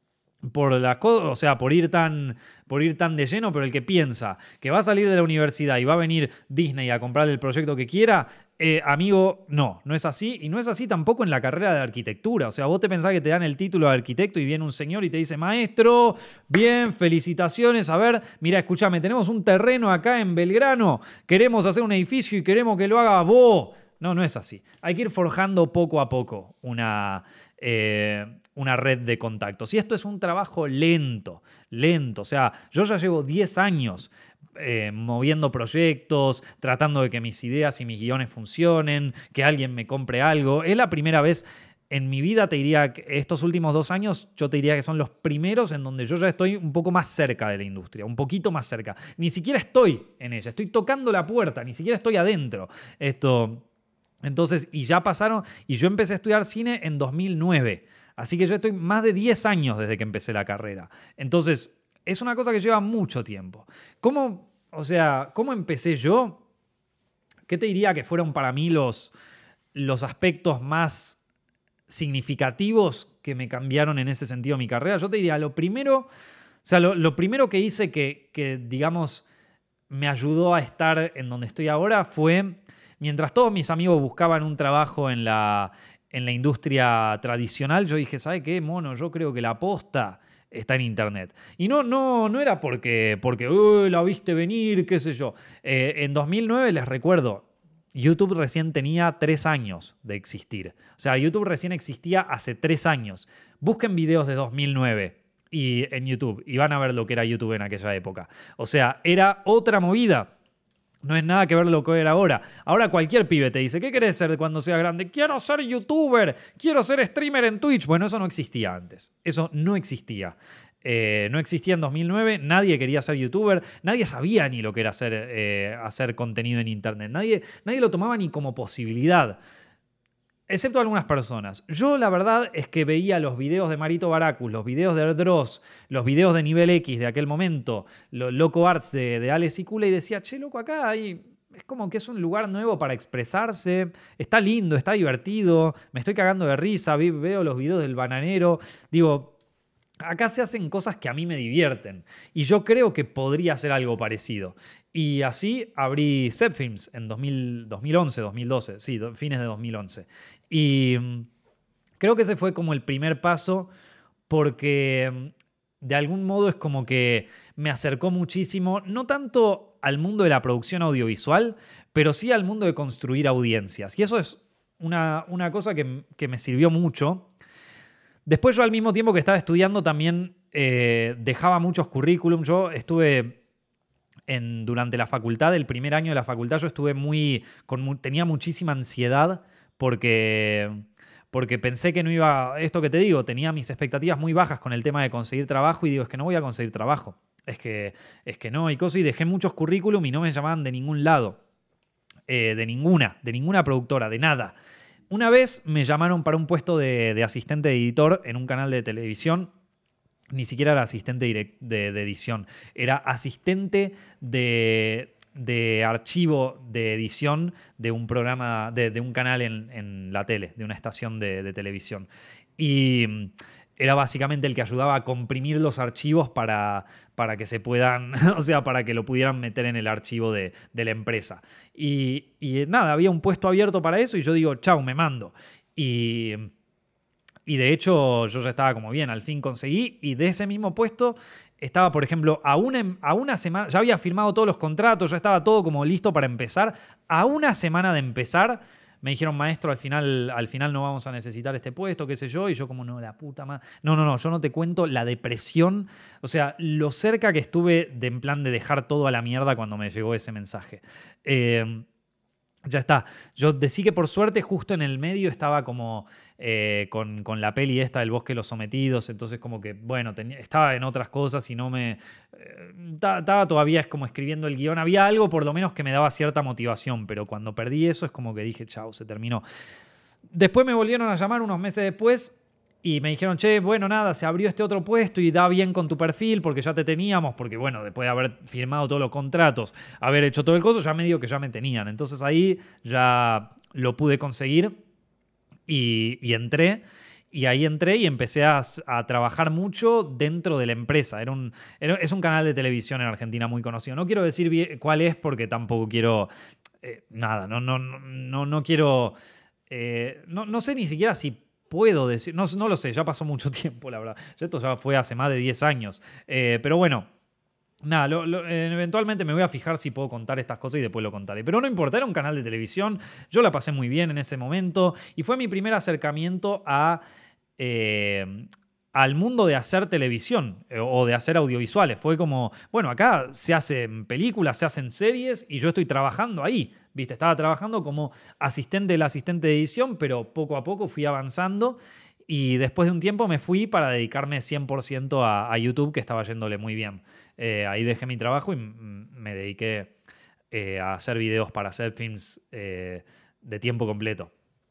por las cosas, o sea, por ir tan, por ir tan de lleno, pero el que piensa que va a salir de la universidad y va a venir Disney a comprarle el proyecto que quiera, eh, amigo, no, no es así. Y no es así tampoco en la carrera de arquitectura. O sea, vos te pensás que te dan el título de arquitecto y viene un señor y te dice, maestro, bien, felicitaciones, a ver, mira, escúchame, tenemos un terreno acá en Belgrano, queremos hacer un edificio y queremos que lo haga vos. No, no es así. Hay que ir forjando poco a poco una... Eh, una red de contactos. Y esto es un trabajo lento, lento. O sea, yo ya llevo diez años eh, moviendo proyectos, tratando de que mis ideas y mis guiones funcionen, que alguien me compre algo. Es la primera vez en mi vida, te diría que estos últimos dos años, yo te diría que son los primeros en donde yo ya estoy un poco más cerca de la industria, un poquito más cerca. Ni siquiera estoy en ella, estoy tocando la puerta, ni siquiera estoy adentro. Esto... Entonces, y ya pasaron, y yo empecé a estudiar cine en dos mil nueve. Así que yo estoy más de diez años desde que empecé la carrera. Entonces, es una cosa que lleva mucho tiempo. ¿Cómo, o sea, cómo empecé yo? ¿Qué te diría que fueron para mí los, los aspectos más significativos que me cambiaron en ese sentido mi carrera? Yo te diría, lo primero, o sea, lo, lo primero que hice que, que, digamos, me ayudó a estar en donde estoy ahora fue, mientras todos mis amigos buscaban un trabajo en la... en la industria tradicional, yo dije, ¿sabe qué, mono? Yo creo que la posta está en internet. Y no, no, no era porque, porque uh, la viste venir, qué sé yo. Eh, en dos mil nueve, les recuerdo, YouTube recién tenía tres años de existir. O sea, YouTube recién existía hace tres años. Busquen videos de dos mil nueve y, en YouTube y van a ver lo que era YouTube en aquella época. O sea, era otra movida. No es nada que ver lo que era ahora. Ahora cualquier pibe te dice, ¿qué querés ser cuando seas grande? Quiero ser youtuber, quiero ser streamer en Twitch. Bueno, eso no existía antes. Eso no existía. Eh, no existía en dos mil nueve, nadie quería ser youtuber, nadie sabía ni lo que era hacer, eh, hacer contenido en internet. Nadie, nadie lo tomaba ni como posibilidad. Excepto algunas personas. Yo la verdad es que veía los videos de Marito Baracus, los videos de Erdross, los videos de Nivel X de aquel momento, los Loco Arts de, de Alex y Kula y decía, che, loco, acá hay... Es como que es un lugar nuevo para expresarse, está lindo, está divertido, me estoy cagando de risa, veo los videos del bananero, digo, acá se hacen cosas que a mí me divierten y yo creo que podría hacer algo parecido. Y así abrí Zepfilms en dos mil, dos mil once, dos mil doce, sí, fines de dos mil once. Y creo que ese fue como el primer paso porque de algún modo es como que me acercó muchísimo, no tanto al mundo de la producción audiovisual, pero sí al mundo de construir audiencias. Y eso es una, una cosa que, que me sirvió mucho. Después yo al mismo tiempo que estaba estudiando también eh, dejaba muchos currículum. Yo estuve... En, durante la facultad, el primer año de la facultad, yo estuve muy, con, tenía muchísima ansiedad porque, porque pensé que no iba, esto que te digo, tenía mis expectativas muy bajas con el tema de conseguir trabajo y digo, es que no voy a conseguir trabajo, es que, es que no, y cosas, y dejé muchos currículum y no me llamaban de ningún lado, eh, de ninguna, de ninguna productora, de nada. Una vez me llamaron para un puesto de, de asistente de editor en un canal de televisión. Ni siquiera era asistente de, de, de edición, era asistente de, de archivo de edición de un programa, de, de un canal en, en la tele, de una estación de, de televisión. Y era básicamente el que ayudaba a comprimir los archivos para, para que se puedan, o sea, para que lo pudieran meter en el archivo de, de la empresa. Y, y nada, había un puesto abierto para eso y yo digo, chau, me mando. Y... Y de hecho yo ya estaba como bien, al fin conseguí. Y de ese mismo puesto estaba, por ejemplo, a una, a una semana, ya había firmado todos los contratos, ya estaba todo como listo para empezar. A una semana de empezar me dijeron, maestro, al final, al final no vamos a necesitar este puesto, qué sé yo. Y yo como, no, la puta madre. No, no, no, yo no te cuento la depresión. O sea, lo cerca que estuve de en plan de dejar todo a la mierda cuando me llegó ese mensaje. Eh... Ya está. Yo decí que por suerte justo en el medio estaba como eh, con, con la peli esta del Bosque de los Sometidos, entonces como que, bueno, tenía, estaba en otras cosas y no me... Eh, estaba todavía es como escribiendo el guión. Había algo por lo menos que me daba cierta motivación, pero cuando perdí eso es como que dije, chau, se terminó. Después me volvieron a llamar unos meses después y me dijeron, che, bueno, nada, se abrió este otro puesto y da bien con tu perfil porque ya te teníamos, porque bueno, después de haber firmado todos los contratos, haber hecho todo el coso, ya me digo que ya me tenían. Entonces ahí ya lo pude conseguir y, y entré. Y ahí entré y empecé a, a trabajar mucho dentro de la empresa. Era un, era, es un canal de televisión en Argentina muy conocido. No quiero decir bien cuál es porque tampoco quiero... Eh, nada, no, no, no, no quiero... Eh, no, no sé ni siquiera si... puedo decir, no, no lo sé, ya pasó mucho tiempo, la verdad. Esto ya fue hace más de diez años. Eh, pero bueno, nada, lo, lo, eh, eventualmente me voy a fijar si puedo contar estas cosas y después lo contaré. Pero no importa, era un canal de televisión, yo la pasé muy bien en ese momento y fue mi primer acercamiento a... Eh, al mundo de hacer televisión eh, o de hacer audiovisuales. Fue como, bueno, acá se hacen películas, se hacen series y yo estoy trabajando ahí, ¿viste? Estaba trabajando como asistente del asistente de edición, pero poco a poco fui avanzando y después de un tiempo me fui para dedicarme cien por ciento a, a YouTube, que estaba yéndole muy bien. Eh, ahí dejé mi trabajo y me dediqué eh, a hacer videos para Zepfilms eh, de tiempo completo.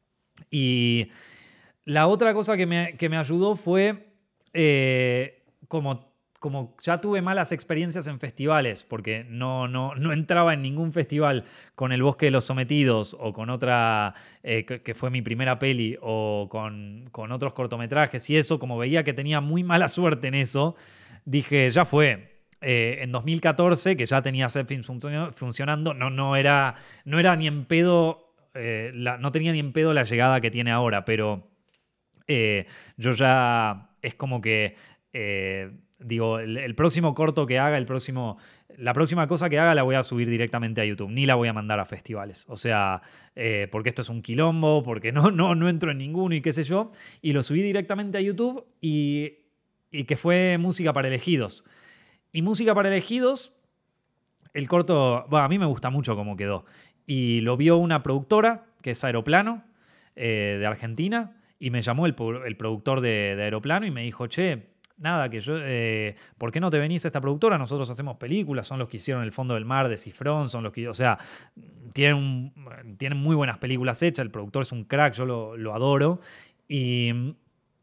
Y la otra cosa que me, que me ayudó fue... Eh, como, como ya tuve malas experiencias en festivales, porque no, no, no entraba en ningún festival con El Bosque de los Sometidos o con otra, eh, que, que fue mi primera peli, o con, con otros cortometrajes y eso, como veía que tenía muy mala suerte en eso, dije, ya fue. Eh, en dos mil catorce, que ya tenía Zepfilms funcionando, no, no, era, no era ni en pedo, eh, la, no tenía ni en pedo la llegada que tiene ahora, pero eh, yo ya... Es como que, eh, digo, el, el próximo corto que haga, el próximo, la próxima cosa que haga la voy a subir directamente a YouTube, ni la voy a mandar a festivales. O sea, eh, porque esto es un quilombo, porque no, no, no entro en ninguno y qué sé yo. Y lo subí directamente a YouTube y, y que fue Música para Elegidos. Y Música para Elegidos, el corto, bueno, a mí me gusta mucho cómo quedó. Y lo vio una productora, que es Aeroplano, eh, de Argentina, y me llamó el, el productor de, de Aeroplano y me dijo, che, nada, que yo, eh, ¿por qué no te venís a esta productora? Nosotros hacemos películas, son los que hicieron El Fondo del Mar de Cifrón, son los que, o sea, tienen, un, tienen muy buenas películas hechas, el productor es un crack, yo lo, lo adoro. Y...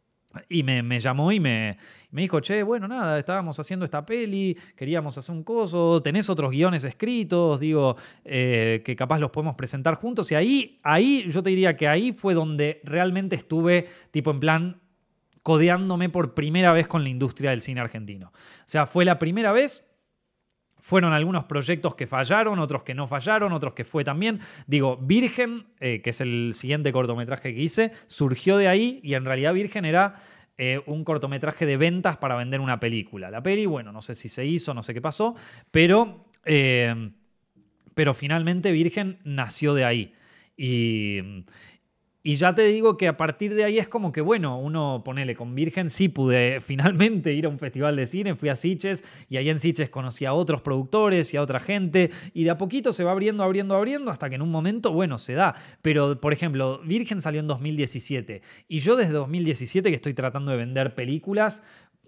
Y me, me llamó y me, me dijo, che, bueno, nada, estábamos haciendo esta peli, queríamos hacer un coso, tenés otros guiones escritos, digo, eh, que capaz los podemos presentar juntos. Y ahí, ahí, yo te diría que ahí fue donde realmente estuve, tipo, en plan, codeándome por primera vez con la industria del cine argentino. O sea, fue la primera vez. Fueron algunos proyectos que fallaron, otros que no fallaron, otros que fue también. Digo, Virgen, eh, que es el siguiente cortometraje que hice, surgió de ahí y en realidad Virgen era eh, un cortometraje de ventas para vender una película. La peli, bueno, no sé si se hizo, no sé qué pasó, pero, eh, pero finalmente Virgen nació de ahí. Y... Y ya te digo que a partir de ahí es como que, bueno, uno, ponele, con Virgen sí pude finalmente ir a un festival de cine, fui a Sitges y ahí en Sitges conocí a otros productores y a otra gente y de a poquito se va abriendo, abriendo, abriendo hasta que en un momento, bueno, se da. Pero, por ejemplo, Virgen salió en dos mil diecisiete y yo desde dos mil diecisiete que estoy tratando de vender películas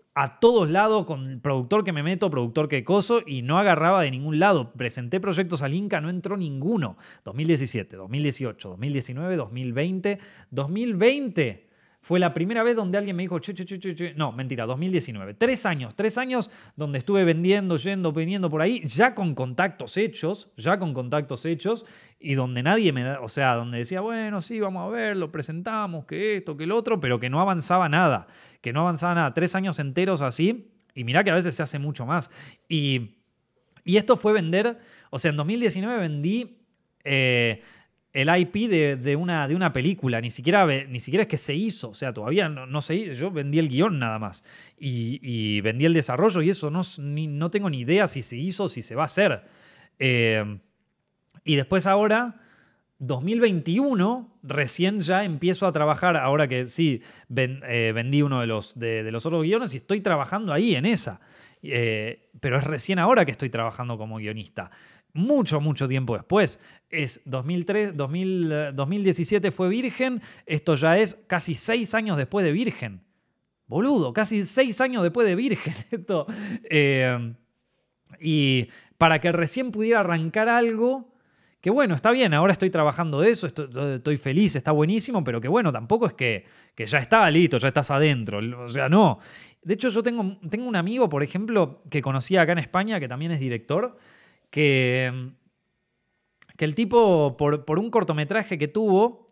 a todos lados, con el productor que me meto, productor que coso, y no agarraba de ningún lado. Presenté proyectos al Inca, no entró ninguno. dos mil diecisiete, dos mil dieciocho, dos mil diecinueve, dos mil veinte. dos mil veinte fue la primera vez donde alguien me dijo, che, che, che, che, che. No, mentira, dos mil diecinueve. Tres años, tres años donde estuve vendiendo, yendo, viniendo por ahí, ya con contactos hechos, ya con contactos hechos, y donde nadie me da, o sea, donde decía, bueno, sí, vamos a ver, lo presentamos, que esto, que el otro, pero que no avanzaba nada, que no avanzaba nada. Tres años enteros así, y mirá que a veces se hace mucho más. Y, y esto fue vender, o sea, en dos mil diecinueve vendí... Eh, el I P de, de, una, de una película, ni siquiera, ni siquiera es que se hizo, o sea, todavía no, no se hizo, yo vendí el guión nada más y, y vendí el desarrollo y eso no, ni, no tengo ni idea si se hizo, si se va a hacer. Eh, y después ahora, dos mil veintiuno, recién ya empiezo a trabajar, ahora que sí, ven, eh, vendí uno de los, de, de los otros guiones y estoy trabajando ahí en esa. Eh, pero es recién ahora que estoy trabajando como guionista. Mucho, mucho tiempo después. Es dos mil tres, dos mil, dos mil diecisiete fue Virgen. Esto ya es casi seis años después de Virgen. Boludo, casi seis años después de Virgen. Esto, eh, y para que recién pudiera arrancar algo que, bueno, está bien, ahora estoy trabajando de eso, estoy, estoy feliz, está buenísimo, pero que, bueno, tampoco es que, que ya está listo, ya estás adentro. O sea, no. De hecho, yo tengo, tengo un amigo, por ejemplo, que conocí acá en España, que también es director, Que, que el tipo, por, por un cortometraje que tuvo,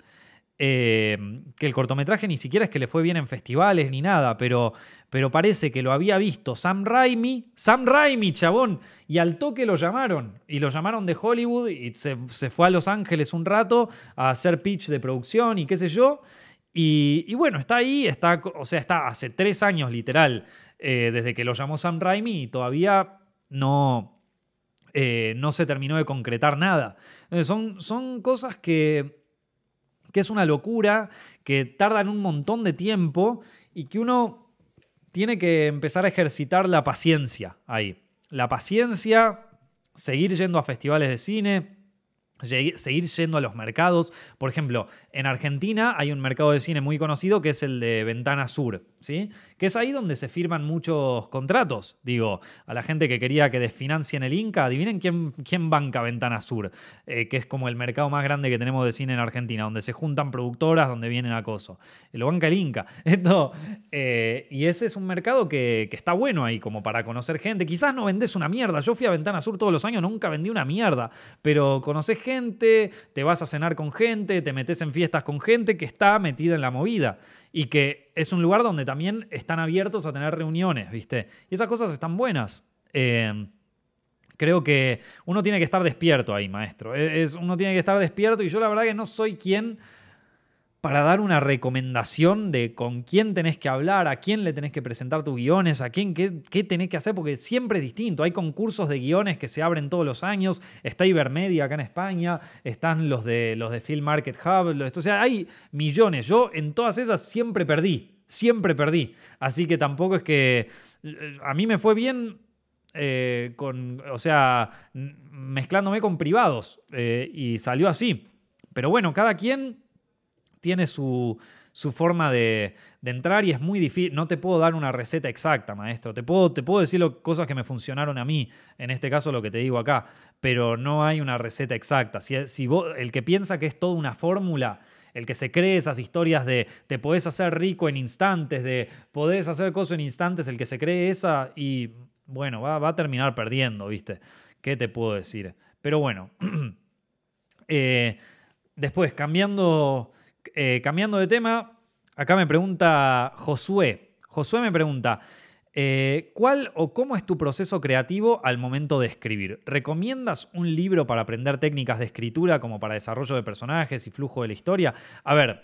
eh, que el cortometraje ni siquiera es que le fue bien en festivales ni nada, pero, pero parece que lo había visto Sam Raimi, Sam Raimi, chabón, y al toque lo llamaron, y lo llamaron de Hollywood y se, se fue a Los Ángeles un rato a hacer pitch de producción y qué sé yo, y, y bueno, está ahí, está, o sea, está hace tres años literal, eh, desde que lo llamó Sam Raimi y todavía no... Eh, no se terminó de concretar nada. Eh, son, son cosas que, que es una locura, que tardan un montón de tiempo y que uno tiene que empezar a ejercitar la paciencia ahí. La paciencia, seguir yendo a festivales de cine, seguir yendo a los mercados. Por ejemplo, en Argentina hay un mercado de cine muy conocido que es el de Ventana Sur, ¿sí? Que es ahí donde se firman muchos contratos. Digo, a la gente que quería que desfinancien el Inca, adivinen quién, quién banca Ventana Sur, eh, que es como el mercado más grande que tenemos de cine en Argentina, donde se juntan productoras, donde vienen a coso. Lo banca el Inca. Esto, eh, y ese es un mercado que, que está bueno ahí, como para conocer gente. Quizás no vendés una mierda. Yo fui a Ventana Sur todos los años, nunca vendí una mierda, pero conocés gente, te vas a cenar con gente, te metes en fiestas con gente que está metida en la movida y que es un lugar donde también están abiertos a tener reuniones, ¿viste? Y esas cosas están buenas. Eh, creo que uno tiene que estar despierto ahí, maestro. Es, uno tiene que estar despierto y yo la verdad que no soy quien para dar una recomendación de con quién tenés que hablar, a quién le tenés que presentar tus guiones, a quién, qué, qué tenés que hacer, porque siempre es distinto. Hay concursos de guiones que se abren todos los años. Está Ibermedia acá en España, están los de, los de Film Market Hub. Los, o sea, hay millones. Yo en todas esas siempre perdí, siempre perdí. Así que tampoco es que... A mí me fue bien... Eh, con, o sea, mezclándome con privados eh, y salió así. Pero bueno, cada quien tiene su, su forma de, de entrar y es muy difícil. No te puedo dar una receta exacta, maestro. Te puedo, te puedo decir lo, cosas que me funcionaron a mí, en este caso lo que te digo acá, pero no hay una receta exacta. Si, si vos, el que piensa que es toda una fórmula, el que se cree esas historias de te podés hacer rico en instantes, de podés hacer cosas en instantes, el que se cree esa y... Bueno, va, va a terminar perdiendo, ¿viste? ¿Qué te puedo decir? Pero bueno. eh, después, cambiando, eh, cambiando de tema, acá me pregunta Josué. Josué me pregunta, eh, ¿cuál o cómo es tu proceso creativo al momento de escribir? ¿Recomiendas un libro para aprender técnicas de escritura como para desarrollo de personajes y flujo de la historia? A ver,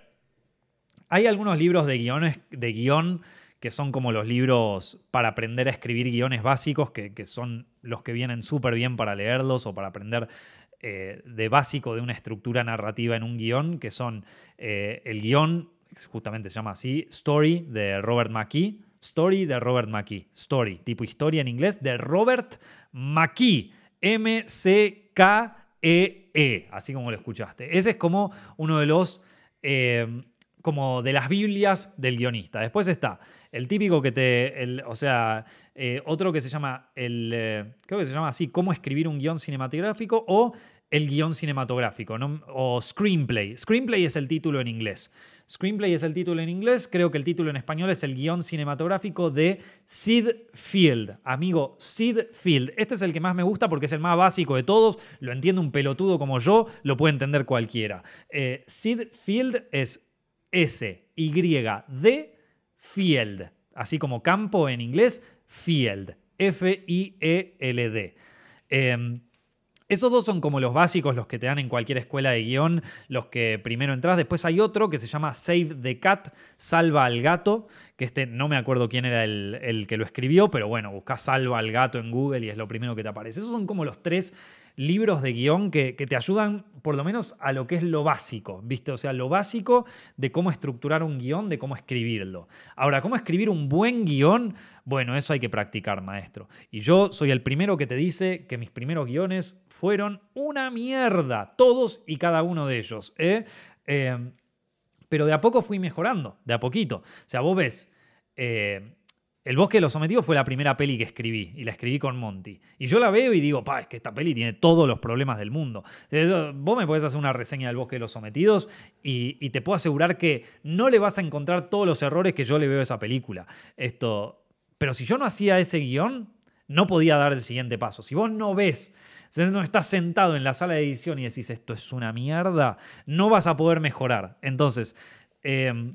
hay algunos libros de guiones, de guión que son como los libros para aprender a escribir guiones básicos, que, que son los que vienen súper bien para leerlos o para aprender eh, de básico de una estructura narrativa en un guión, que son eh, el guión, justamente se llama así, Story de Robert McKee, Story de Robert McKee, Story, tipo historia en inglés, de Robert McKee, M C K E E, así como lo escuchaste. Ese es como uno de los... Eh, como de las Biblias del guionista. Después está el típico que te... El, o sea, eh, otro que se llama... el eh, creo que se llama así, cómo escribir un guión cinematográfico o el guión cinematográfico, ¿no? O screenplay. Screenplay es el título en inglés. Screenplay es el título en inglés. Creo que el título en español es el guión cinematográfico de Sid Field. Amigo, Sid Field. Este es el que más me gusta porque es el más básico de todos. Lo entiende un pelotudo como yo. Lo puede entender cualquiera. Eh, Sid Field es... S Y D Field, así como campo en inglés, Field, F I E L D. Eh, esos dos son como los básicos, los que te dan en cualquier escuela de guión, los que primero entras. Después hay otro que se llama Save the Cat, Salva al Gato, que este no me acuerdo quién era el, el que lo escribió, pero bueno, buscás Salva al Gato en Google y es lo primero que te aparece. Esos son como los tres libros de guión que, que te ayudan por lo menos a lo que es lo básico, ¿viste? O sea, lo básico de cómo estructurar un guión, de cómo escribirlo. Ahora, ¿cómo escribir un buen guión? Bueno, eso hay que practicar, maestro. Y yo soy el primero que te dice que mis primeros guiones fueron una mierda, todos y cada uno de ellos, ¿eh? Eh, pero de a poco fui mejorando, de a poquito. O sea, vos ves... Eh, El Bosque de los Sometidos fue la primera peli que escribí y la escribí con Monty. Y yo la veo y digo, pa, es que esta peli tiene todos los problemas del mundo. Vos me podés hacer una reseña del Bosque de los Sometidos y, y te puedo asegurar que no le vas a encontrar todos los errores que yo le veo a esa película. Esto, pero si yo no hacía ese guión, no podía dar el siguiente paso. Si vos no ves, si no estás sentado en la sala de edición y decís esto es una mierda, no vas a poder mejorar. Entonces... Eh,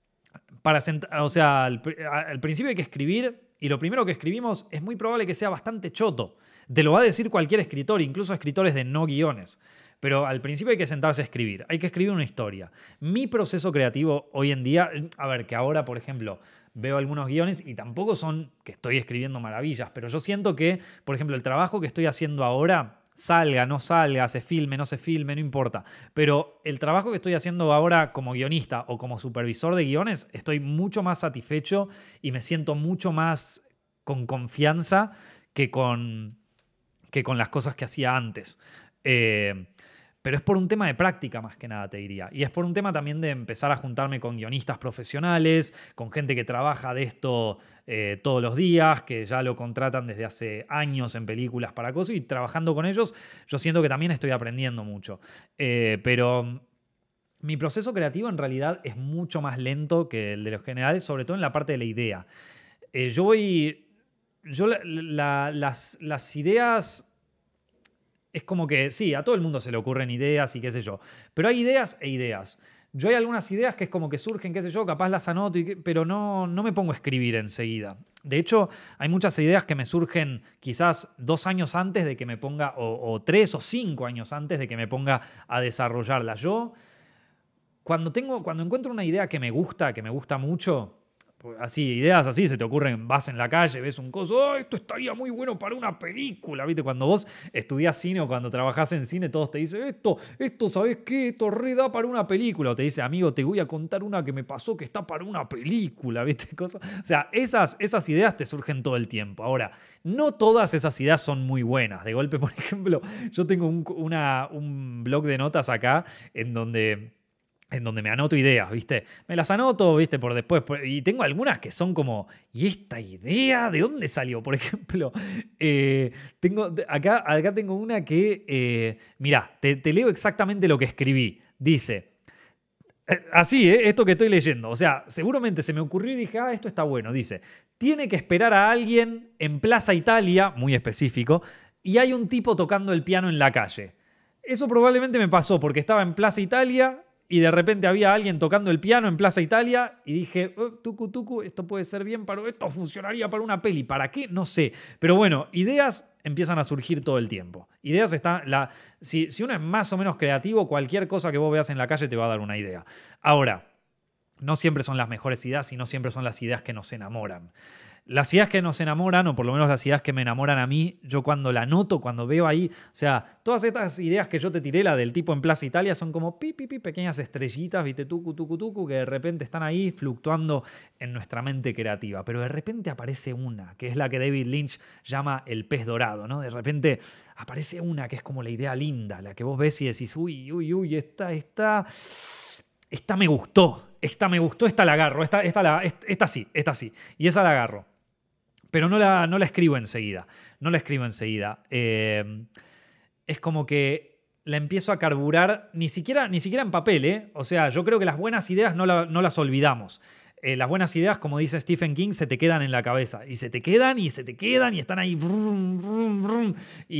Para sent- o sea, al, al principio hay que escribir y lo primero que escribimos es muy probable que sea bastante choto. Te lo va a decir cualquier escritor, incluso escritores de no guiones. Pero al principio hay que sentarse a escribir, hay que escribir una historia. Mi proceso creativo hoy en día, a ver, que ahora, por ejemplo, veo algunos guiones y tampoco son que estoy escribiendo maravillas, pero yo siento que, por ejemplo, el trabajo que estoy haciendo ahora... Salga, no salga, se filme, no se filme, no importa. Pero el trabajo que estoy haciendo ahora como guionista o como supervisor de guiones, estoy mucho más satisfecho y me siento mucho más con confianza que con, que con las cosas que hacía antes. Eh, pero es por un tema de práctica más que nada, te diría. Y es por un tema también de empezar a juntarme con guionistas profesionales, con gente que trabaja de esto eh, todos los días, que ya lo contratan desde hace años en películas para cosas, y trabajando con ellos yo siento que también estoy aprendiendo mucho. Eh, pero mi proceso creativo en realidad es mucho más lento que el de los generales, sobre todo en la parte de la idea. Eh, yo voy... Yo la, la, las, las ideas... Es como que, sí, a todo el mundo se le ocurren ideas y qué sé yo. Pero hay ideas e ideas. Yo hay algunas ideas que es como que surgen, qué sé yo, capaz las anoto, y, pero no, no me pongo a escribir enseguida. De hecho, hay muchas ideas que me surgen quizás dos años antes de que me ponga, o, o tres o cinco años antes de que me ponga a desarrollarlas. Yo cuando, tengo, cuando encuentro una idea que me gusta, que me gusta mucho, así, ideas así se te ocurren, vas en la calle, ves un coso, oh, esto estaría muy bueno para una película, ¿viste? Cuando vos estudiás cine o cuando trabajás en cine, todos te dicen, esto, esto, ¿sabés qué? Esto re da para una película. O te dice, amigo, te voy a contar una que me pasó que está para una película, ¿viste? Cosa, o sea, esas, esas ideas te surgen todo el tiempo. Ahora, no todas esas ideas son muy buenas. De golpe, por ejemplo, yo tengo un, una, un blog de notas acá en donde... en donde me anoto ideas, ¿viste? Me las anoto, ¿viste? Por después. Por, y tengo algunas que son como, ¿y esta idea de dónde salió? Por ejemplo, eh, tengo, acá, acá tengo una que, eh, mirá, te, te leo exactamente lo que escribí. Dice, eh, así, ¿eh? Esto que estoy leyendo. O sea, seguramente se me ocurrió y dije, ah, esto está bueno. Dice, tiene que esperar a alguien en Plaza Italia, muy específico, y hay un tipo tocando el piano en la calle. Eso probablemente me pasó porque estaba en Plaza Italia y de repente había alguien tocando el piano en Plaza Italia y dije, oh, tucu, tucu, esto puede ser bien para... Esto funcionaría para una peli. ¿Para qué? No sé. Pero bueno, ideas empiezan a surgir todo el tiempo. Ideas están... La, si, si uno es más o menos creativo, cualquier cosa que vos veas en la calle te va a dar una idea. Ahora, no siempre son las mejores ideas y no siempre son las ideas que nos enamoran. Las ideas que nos enamoran, o por lo menos las ideas que me enamoran a mí, yo cuando la noto, cuando veo ahí, o sea, todas estas ideas que yo te tiré, la del tipo en Plaza Italia, son como pi, pi, pi, pequeñas estrellitas, viste, tucu, tucu, tucu, que de repente están ahí fluctuando en nuestra mente creativa. Pero de repente aparece una, que es la que David Lynch llama el pez dorado, ¿no? De repente aparece una que es como la idea linda, la que vos ves y decís, uy, uy, uy, esta, esta, esta me gustó, esta me gustó, esta la agarro, esta, esta, la, esta, esta sí, esta sí, y esa la agarro. Pero no la, no la escribo enseguida. No la escribo enseguida. Eh, es como que la empiezo a carburar, ni siquiera, ni siquiera en papel, ¿eh? O sea, yo creo que las buenas ideas no, la, no las olvidamos. Eh, las buenas ideas, como dice Stephen King, se te quedan en la cabeza. Y se te quedan y se te quedan y están ahí. Brum, brum, brum,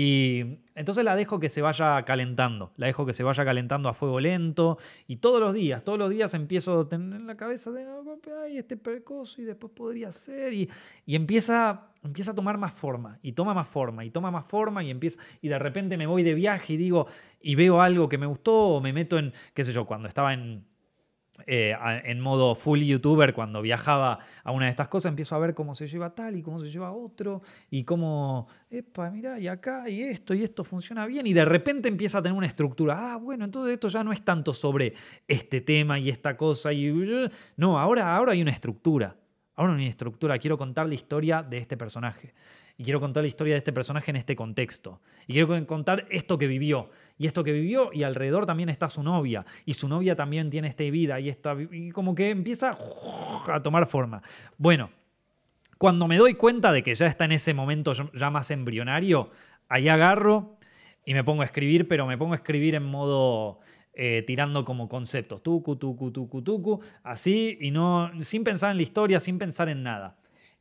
y entonces la dejo que se vaya calentando. La dejo que se vaya calentando a fuego lento. Y todos los días, todos los días empiezo a tener en la cabeza de, ay, este precoz y después podría ser. Y, y empieza, empieza a tomar más forma. Y toma más forma. Y toma más forma. Y empieza. Y de repente me voy de viaje y digo, y veo algo que me gustó. O me meto en, qué sé yo, cuando estaba en. Eh, en modo full youtuber, cuando viajaba a una de estas cosas, empiezo a ver cómo se lleva tal y cómo se lleva otro y cómo, epa, mirá, y acá y esto y esto funciona bien y de repente empieza a tener una estructura. Ah, bueno, entonces esto ya no es tanto sobre este tema y esta cosa y no, ahora, ahora hay una estructura. Ahora hay una estructura. Quiero contar la historia de este personaje. Y quiero contar la historia de este personaje en este contexto. Y quiero contar esto que vivió. Y esto que vivió, y alrededor también está su novia. Y su novia también tiene esta vida. Y, esta, y como que empieza a tomar forma. Bueno, cuando me doy cuenta de que ya está en ese momento ya más embrionario, ahí agarro y me pongo a escribir, pero me pongo a escribir en modo... Eh, tirando como conceptos. Tucu, tucu, tucu, tucu. Así, y no, sin pensar en la historia, sin pensar en nada.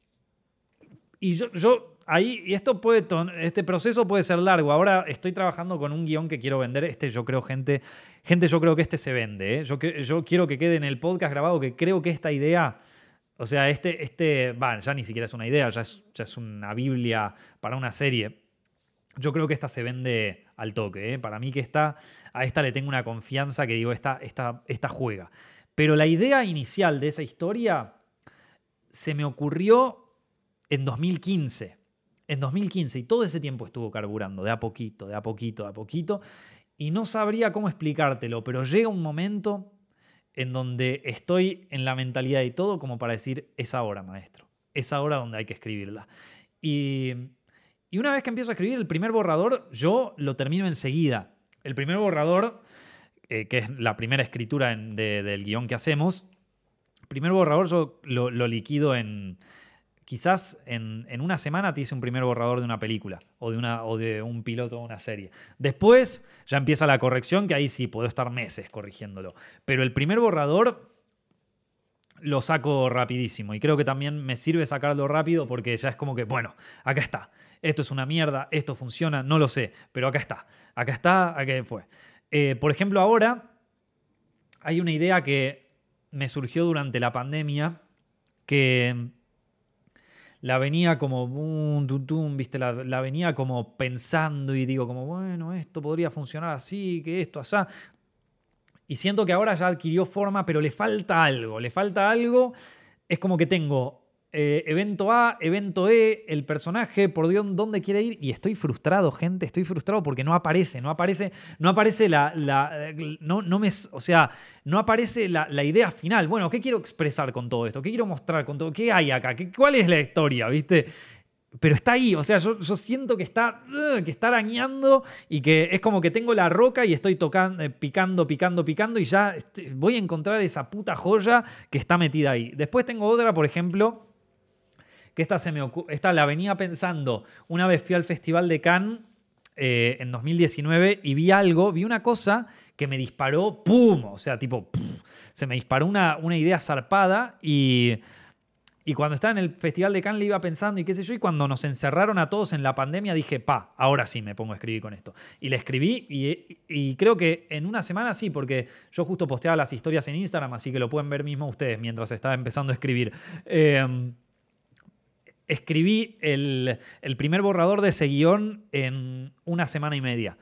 Y yo... yo Ahí, y esto puede, este proceso puede ser largo. Ahora estoy trabajando con un guión que quiero vender. Este yo creo, gente, gente yo creo que este se vende. ¿eh? Yo, yo quiero que quede en el podcast grabado que creo que esta idea, o sea, este, este, va, ya ni siquiera es una idea, ya es, ya es una Biblia para una serie. Yo creo que esta se vende al toque. ¿eh? Para mí que esta, a esta le tengo una confianza que digo, esta, esta, esta juega. Pero la idea inicial de esa historia se me ocurrió en dos mil quince. En dos mil quince, y todo ese tiempo estuvo carburando, de a poquito, de a poquito, de a poquito, y no sabría cómo explicártelo, pero llega un momento en donde estoy en la mentalidad y todo como para decir, es ahora, maestro, es ahora donde hay que escribirla. Y, y una vez que empiezo a escribir el primer borrador, yo lo termino enseguida. El primer borrador, eh, que es la primera escritura en, de, del guión que hacemos, el primer borrador yo lo, lo liquido en... Quizás en, en una semana te hice un primer borrador de una película o de, una, o de un piloto de una serie. Después ya empieza la corrección, que ahí sí puedo estar meses corrigiéndolo. Pero el primer borrador lo saco rapidísimo y creo que también me sirve sacarlo rápido porque ya es como que, bueno, acá está. Esto es una mierda, esto funciona, no lo sé, pero acá está. Acá está, acá fue. Eh, por ejemplo, ahora hay una idea que me surgió durante la pandemia que... La venía como, boom, tum, tum, ¿viste? La, la venía como pensando y digo como, bueno, esto podría funcionar así, que esto, así. y siento que ahora ya adquirió forma, pero le falta algo, le falta algo. Es como que tengo eh, evento A, evento E, el personaje, por Dios, dónde quiere ir, y estoy frustrado, gente, estoy frustrado porque no aparece, no aparece, no aparece la, la no, no me, o sea, no aparece la, la idea final. Bueno, ¿qué quiero expresar con todo esto? ¿Qué quiero mostrar con todo? ¿Qué hay acá? ¿Qué, ¿Cuál es la historia? ¿Viste? Pero está ahí, o sea, yo, yo siento que está, uh, que está arañando y que es como que tengo la roca y estoy tocando, eh, picando, picando, picando y ya este, voy a encontrar esa puta joya que está metida ahí. Después tengo otra, por ejemplo, que esta, se me ocu- esta la venía pensando. Una vez fui al Festival de Cannes eh, en dos mil diecinueve y vi algo, vi una cosa que me disparó, ¡pum! O sea, tipo, ¡pum! Se me disparó una, una idea zarpada y... Y cuando estaba en el Festival de Cannes le iba pensando y qué sé yo, y cuando nos encerraron a todos en la pandemia dije, pa, ahora sí me pongo a escribir con esto. Y le escribí y, y creo que en una semana sí, porque yo justo posteaba las historias en Instagram, así que lo pueden ver mismo ustedes mientras estaba empezando a escribir. Eh, escribí el, el primer borrador de ese guión en una semana y media.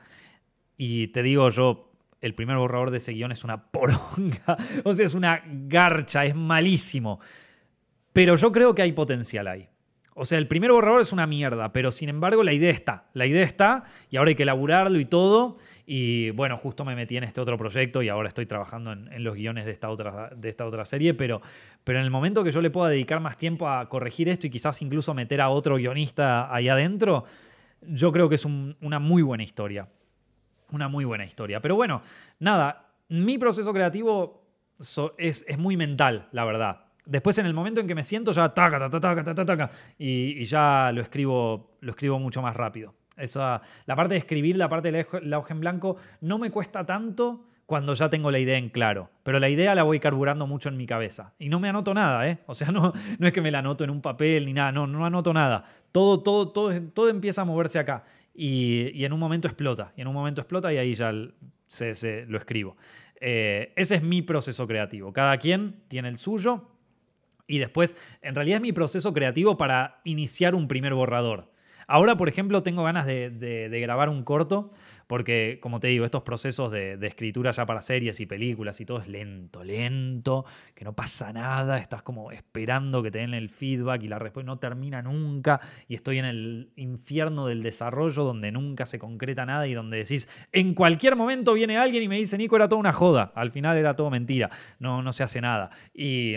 Y te digo yo, el primer borrador de ese guión es una poronga, o sea, es una garcha, es malísimo. Pero yo creo que hay potencial ahí. O sea, el primer borrador es una mierda, pero sin embargo la idea está. La idea está y ahora hay que elaborarlo y todo. Y bueno, justo me metí en este otro proyecto y ahora estoy trabajando en, en los guiones de esta otra, de esta otra serie. Pero, pero en el momento que yo le pueda dedicar más tiempo a corregir esto y quizás incluso meter a otro guionista ahí adentro, yo creo que es un, una muy buena historia. Una muy buena historia. Pero bueno, nada, mi proceso creativo so, es, es muy mental, la verdad. Después, en el momento en que me siento, ya taca, taca, taca, taca, taca, y, y ya lo escribo, lo escribo mucho más rápido. Esa, la parte de escribir, la parte de la hoja en blanco, no me cuesta tanto cuando ya tengo la idea en claro. Pero la idea la voy carburando mucho en mi cabeza. Y no me anoto nada, ¿eh? O sea, no, no es que me la anoto en un papel ni nada, no, no anoto nada. Todo, todo, todo, todo empieza a moverse acá. Y, y en un momento explota. Y en un momento explota y ahí ya se, se, lo escribo. Eh, ese es mi proceso creativo. Cada quien tiene el suyo. Y después, en realidad es mi proceso creativo para iniciar un primer borrador. Ahora, por ejemplo, tengo ganas de, de, de grabar un corto, porque, como te digo, estos procesos de, de escritura ya para series y películas y todo es lento, lento, que no pasa nada, estás como esperando que te den el feedback y la respuesta no termina nunca, y estoy en el infierno del desarrollo donde nunca se concreta nada y donde decís, en cualquier momento viene alguien y me dice, Nico, era toda una joda, al final era todo mentira, no, no se hace nada. Y...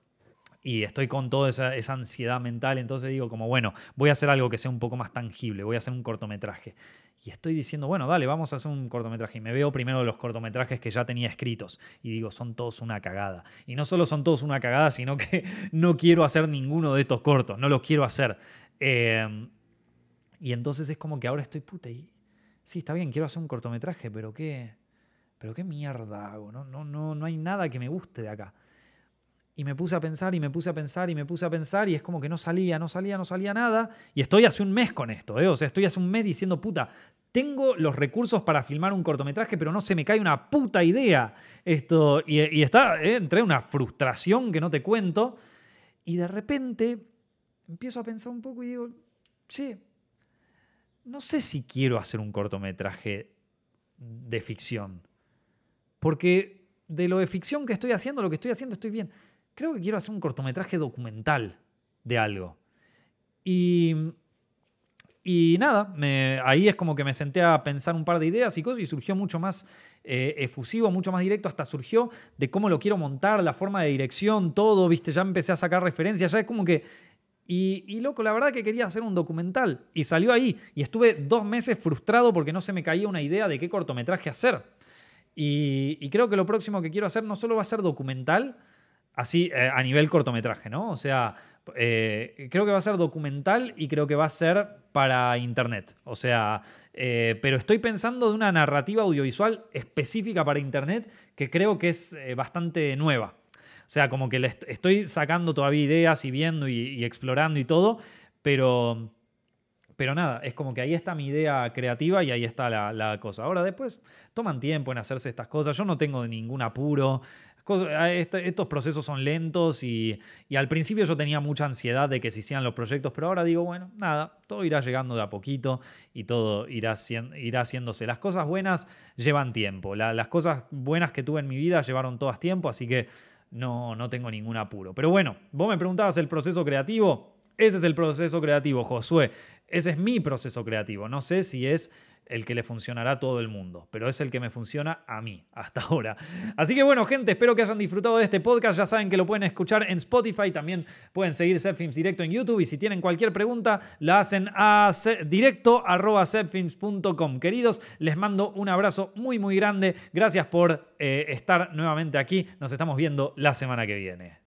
Y estoy con toda esa, esa ansiedad mental, entonces digo como, bueno, voy a hacer algo que sea un poco más tangible, voy a hacer un cortometraje. Y estoy diciendo, bueno, dale, vamos a hacer un cortometraje. Y me veo primero los cortometrajes que ya tenía escritos. Y digo, son todos una cagada. Y no solo son todos una cagada, sino que no quiero hacer ninguno de estos cortos, no los quiero hacer. Eh, y entonces es como que ahora estoy, puta, y sí, está bien, quiero hacer un cortometraje, pero qué, pero qué mierda hago, no, no, no, no hay nada que me guste de acá. Y me puse a pensar y me puse a pensar y me puse a pensar y es como que no salía, no salía, no salía nada. Y estoy hace un mes con esto, ¿eh? O sea, estoy hace un mes diciendo, puta, tengo los recursos para filmar un cortometraje, pero no se me cae una puta idea. Esto, y, y está, ¿eh? Entré en una frustración que no te cuento. Y de repente empiezo a pensar un poco y digo, che, no sé si quiero hacer un cortometraje de ficción. Porque de lo de ficción que estoy haciendo, lo que estoy haciendo, estoy bien. Creo que quiero hacer un cortometraje documental de algo. Y, y nada, me, ahí es como que me senté a pensar un par de ideas y cosas y surgió mucho más eh, efusivo, mucho más directo, hasta surgió de cómo lo quiero montar, la forma de dirección, todo, ¿viste? Ya empecé a sacar referencias, ya es como que... Y, y loco, la verdad que quería hacer un documental y salió ahí. Y estuve dos meses frustrado porque no se me caía una idea de qué cortometraje hacer. Y, y creo que lo próximo que quiero hacer no solo va a ser documental, así eh, a nivel cortometraje, ¿no? O sea, eh, creo que va a ser documental y creo que va a ser para internet. O sea, eh, pero estoy pensando de una narrativa audiovisual específica para internet que creo que es eh, bastante nueva. O sea, como que le est- estoy sacando todavía ideas y viendo y, y explorando y todo, pero... Pero nada, es como que ahí está mi idea creativa y ahí está la, la cosa. Ahora después toman tiempo en hacerse estas cosas. Yo no tengo ningún apuro. Estos procesos son lentos y, y al principio yo tenía mucha ansiedad de que se hicieran los proyectos, pero ahora digo, bueno, nada, todo irá llegando de a poquito y todo irá, irá haciéndose. Las cosas buenas llevan tiempo. La, las cosas buenas que tuve en mi vida llevaron todas tiempo, así que no, no tengo ningún apuro. Pero bueno, vos me preguntabas el proceso creativo. Ese es el proceso creativo, Josué. Ese es mi proceso creativo. No sé si es el que le funcionará a todo el mundo, pero es el que me funciona a mí hasta ahora. Así que bueno, gente, espero que hayan disfrutado de este podcast. Ya saben que lo pueden escuchar en Spotify, también pueden seguir Zepfilms Directo en YouTube y si tienen cualquier pregunta la hacen a directo arroba zepfilms punto com. Queridos, les mando un abrazo muy muy grande. Gracias por eh, estar nuevamente aquí. Nos estamos viendo la semana que viene.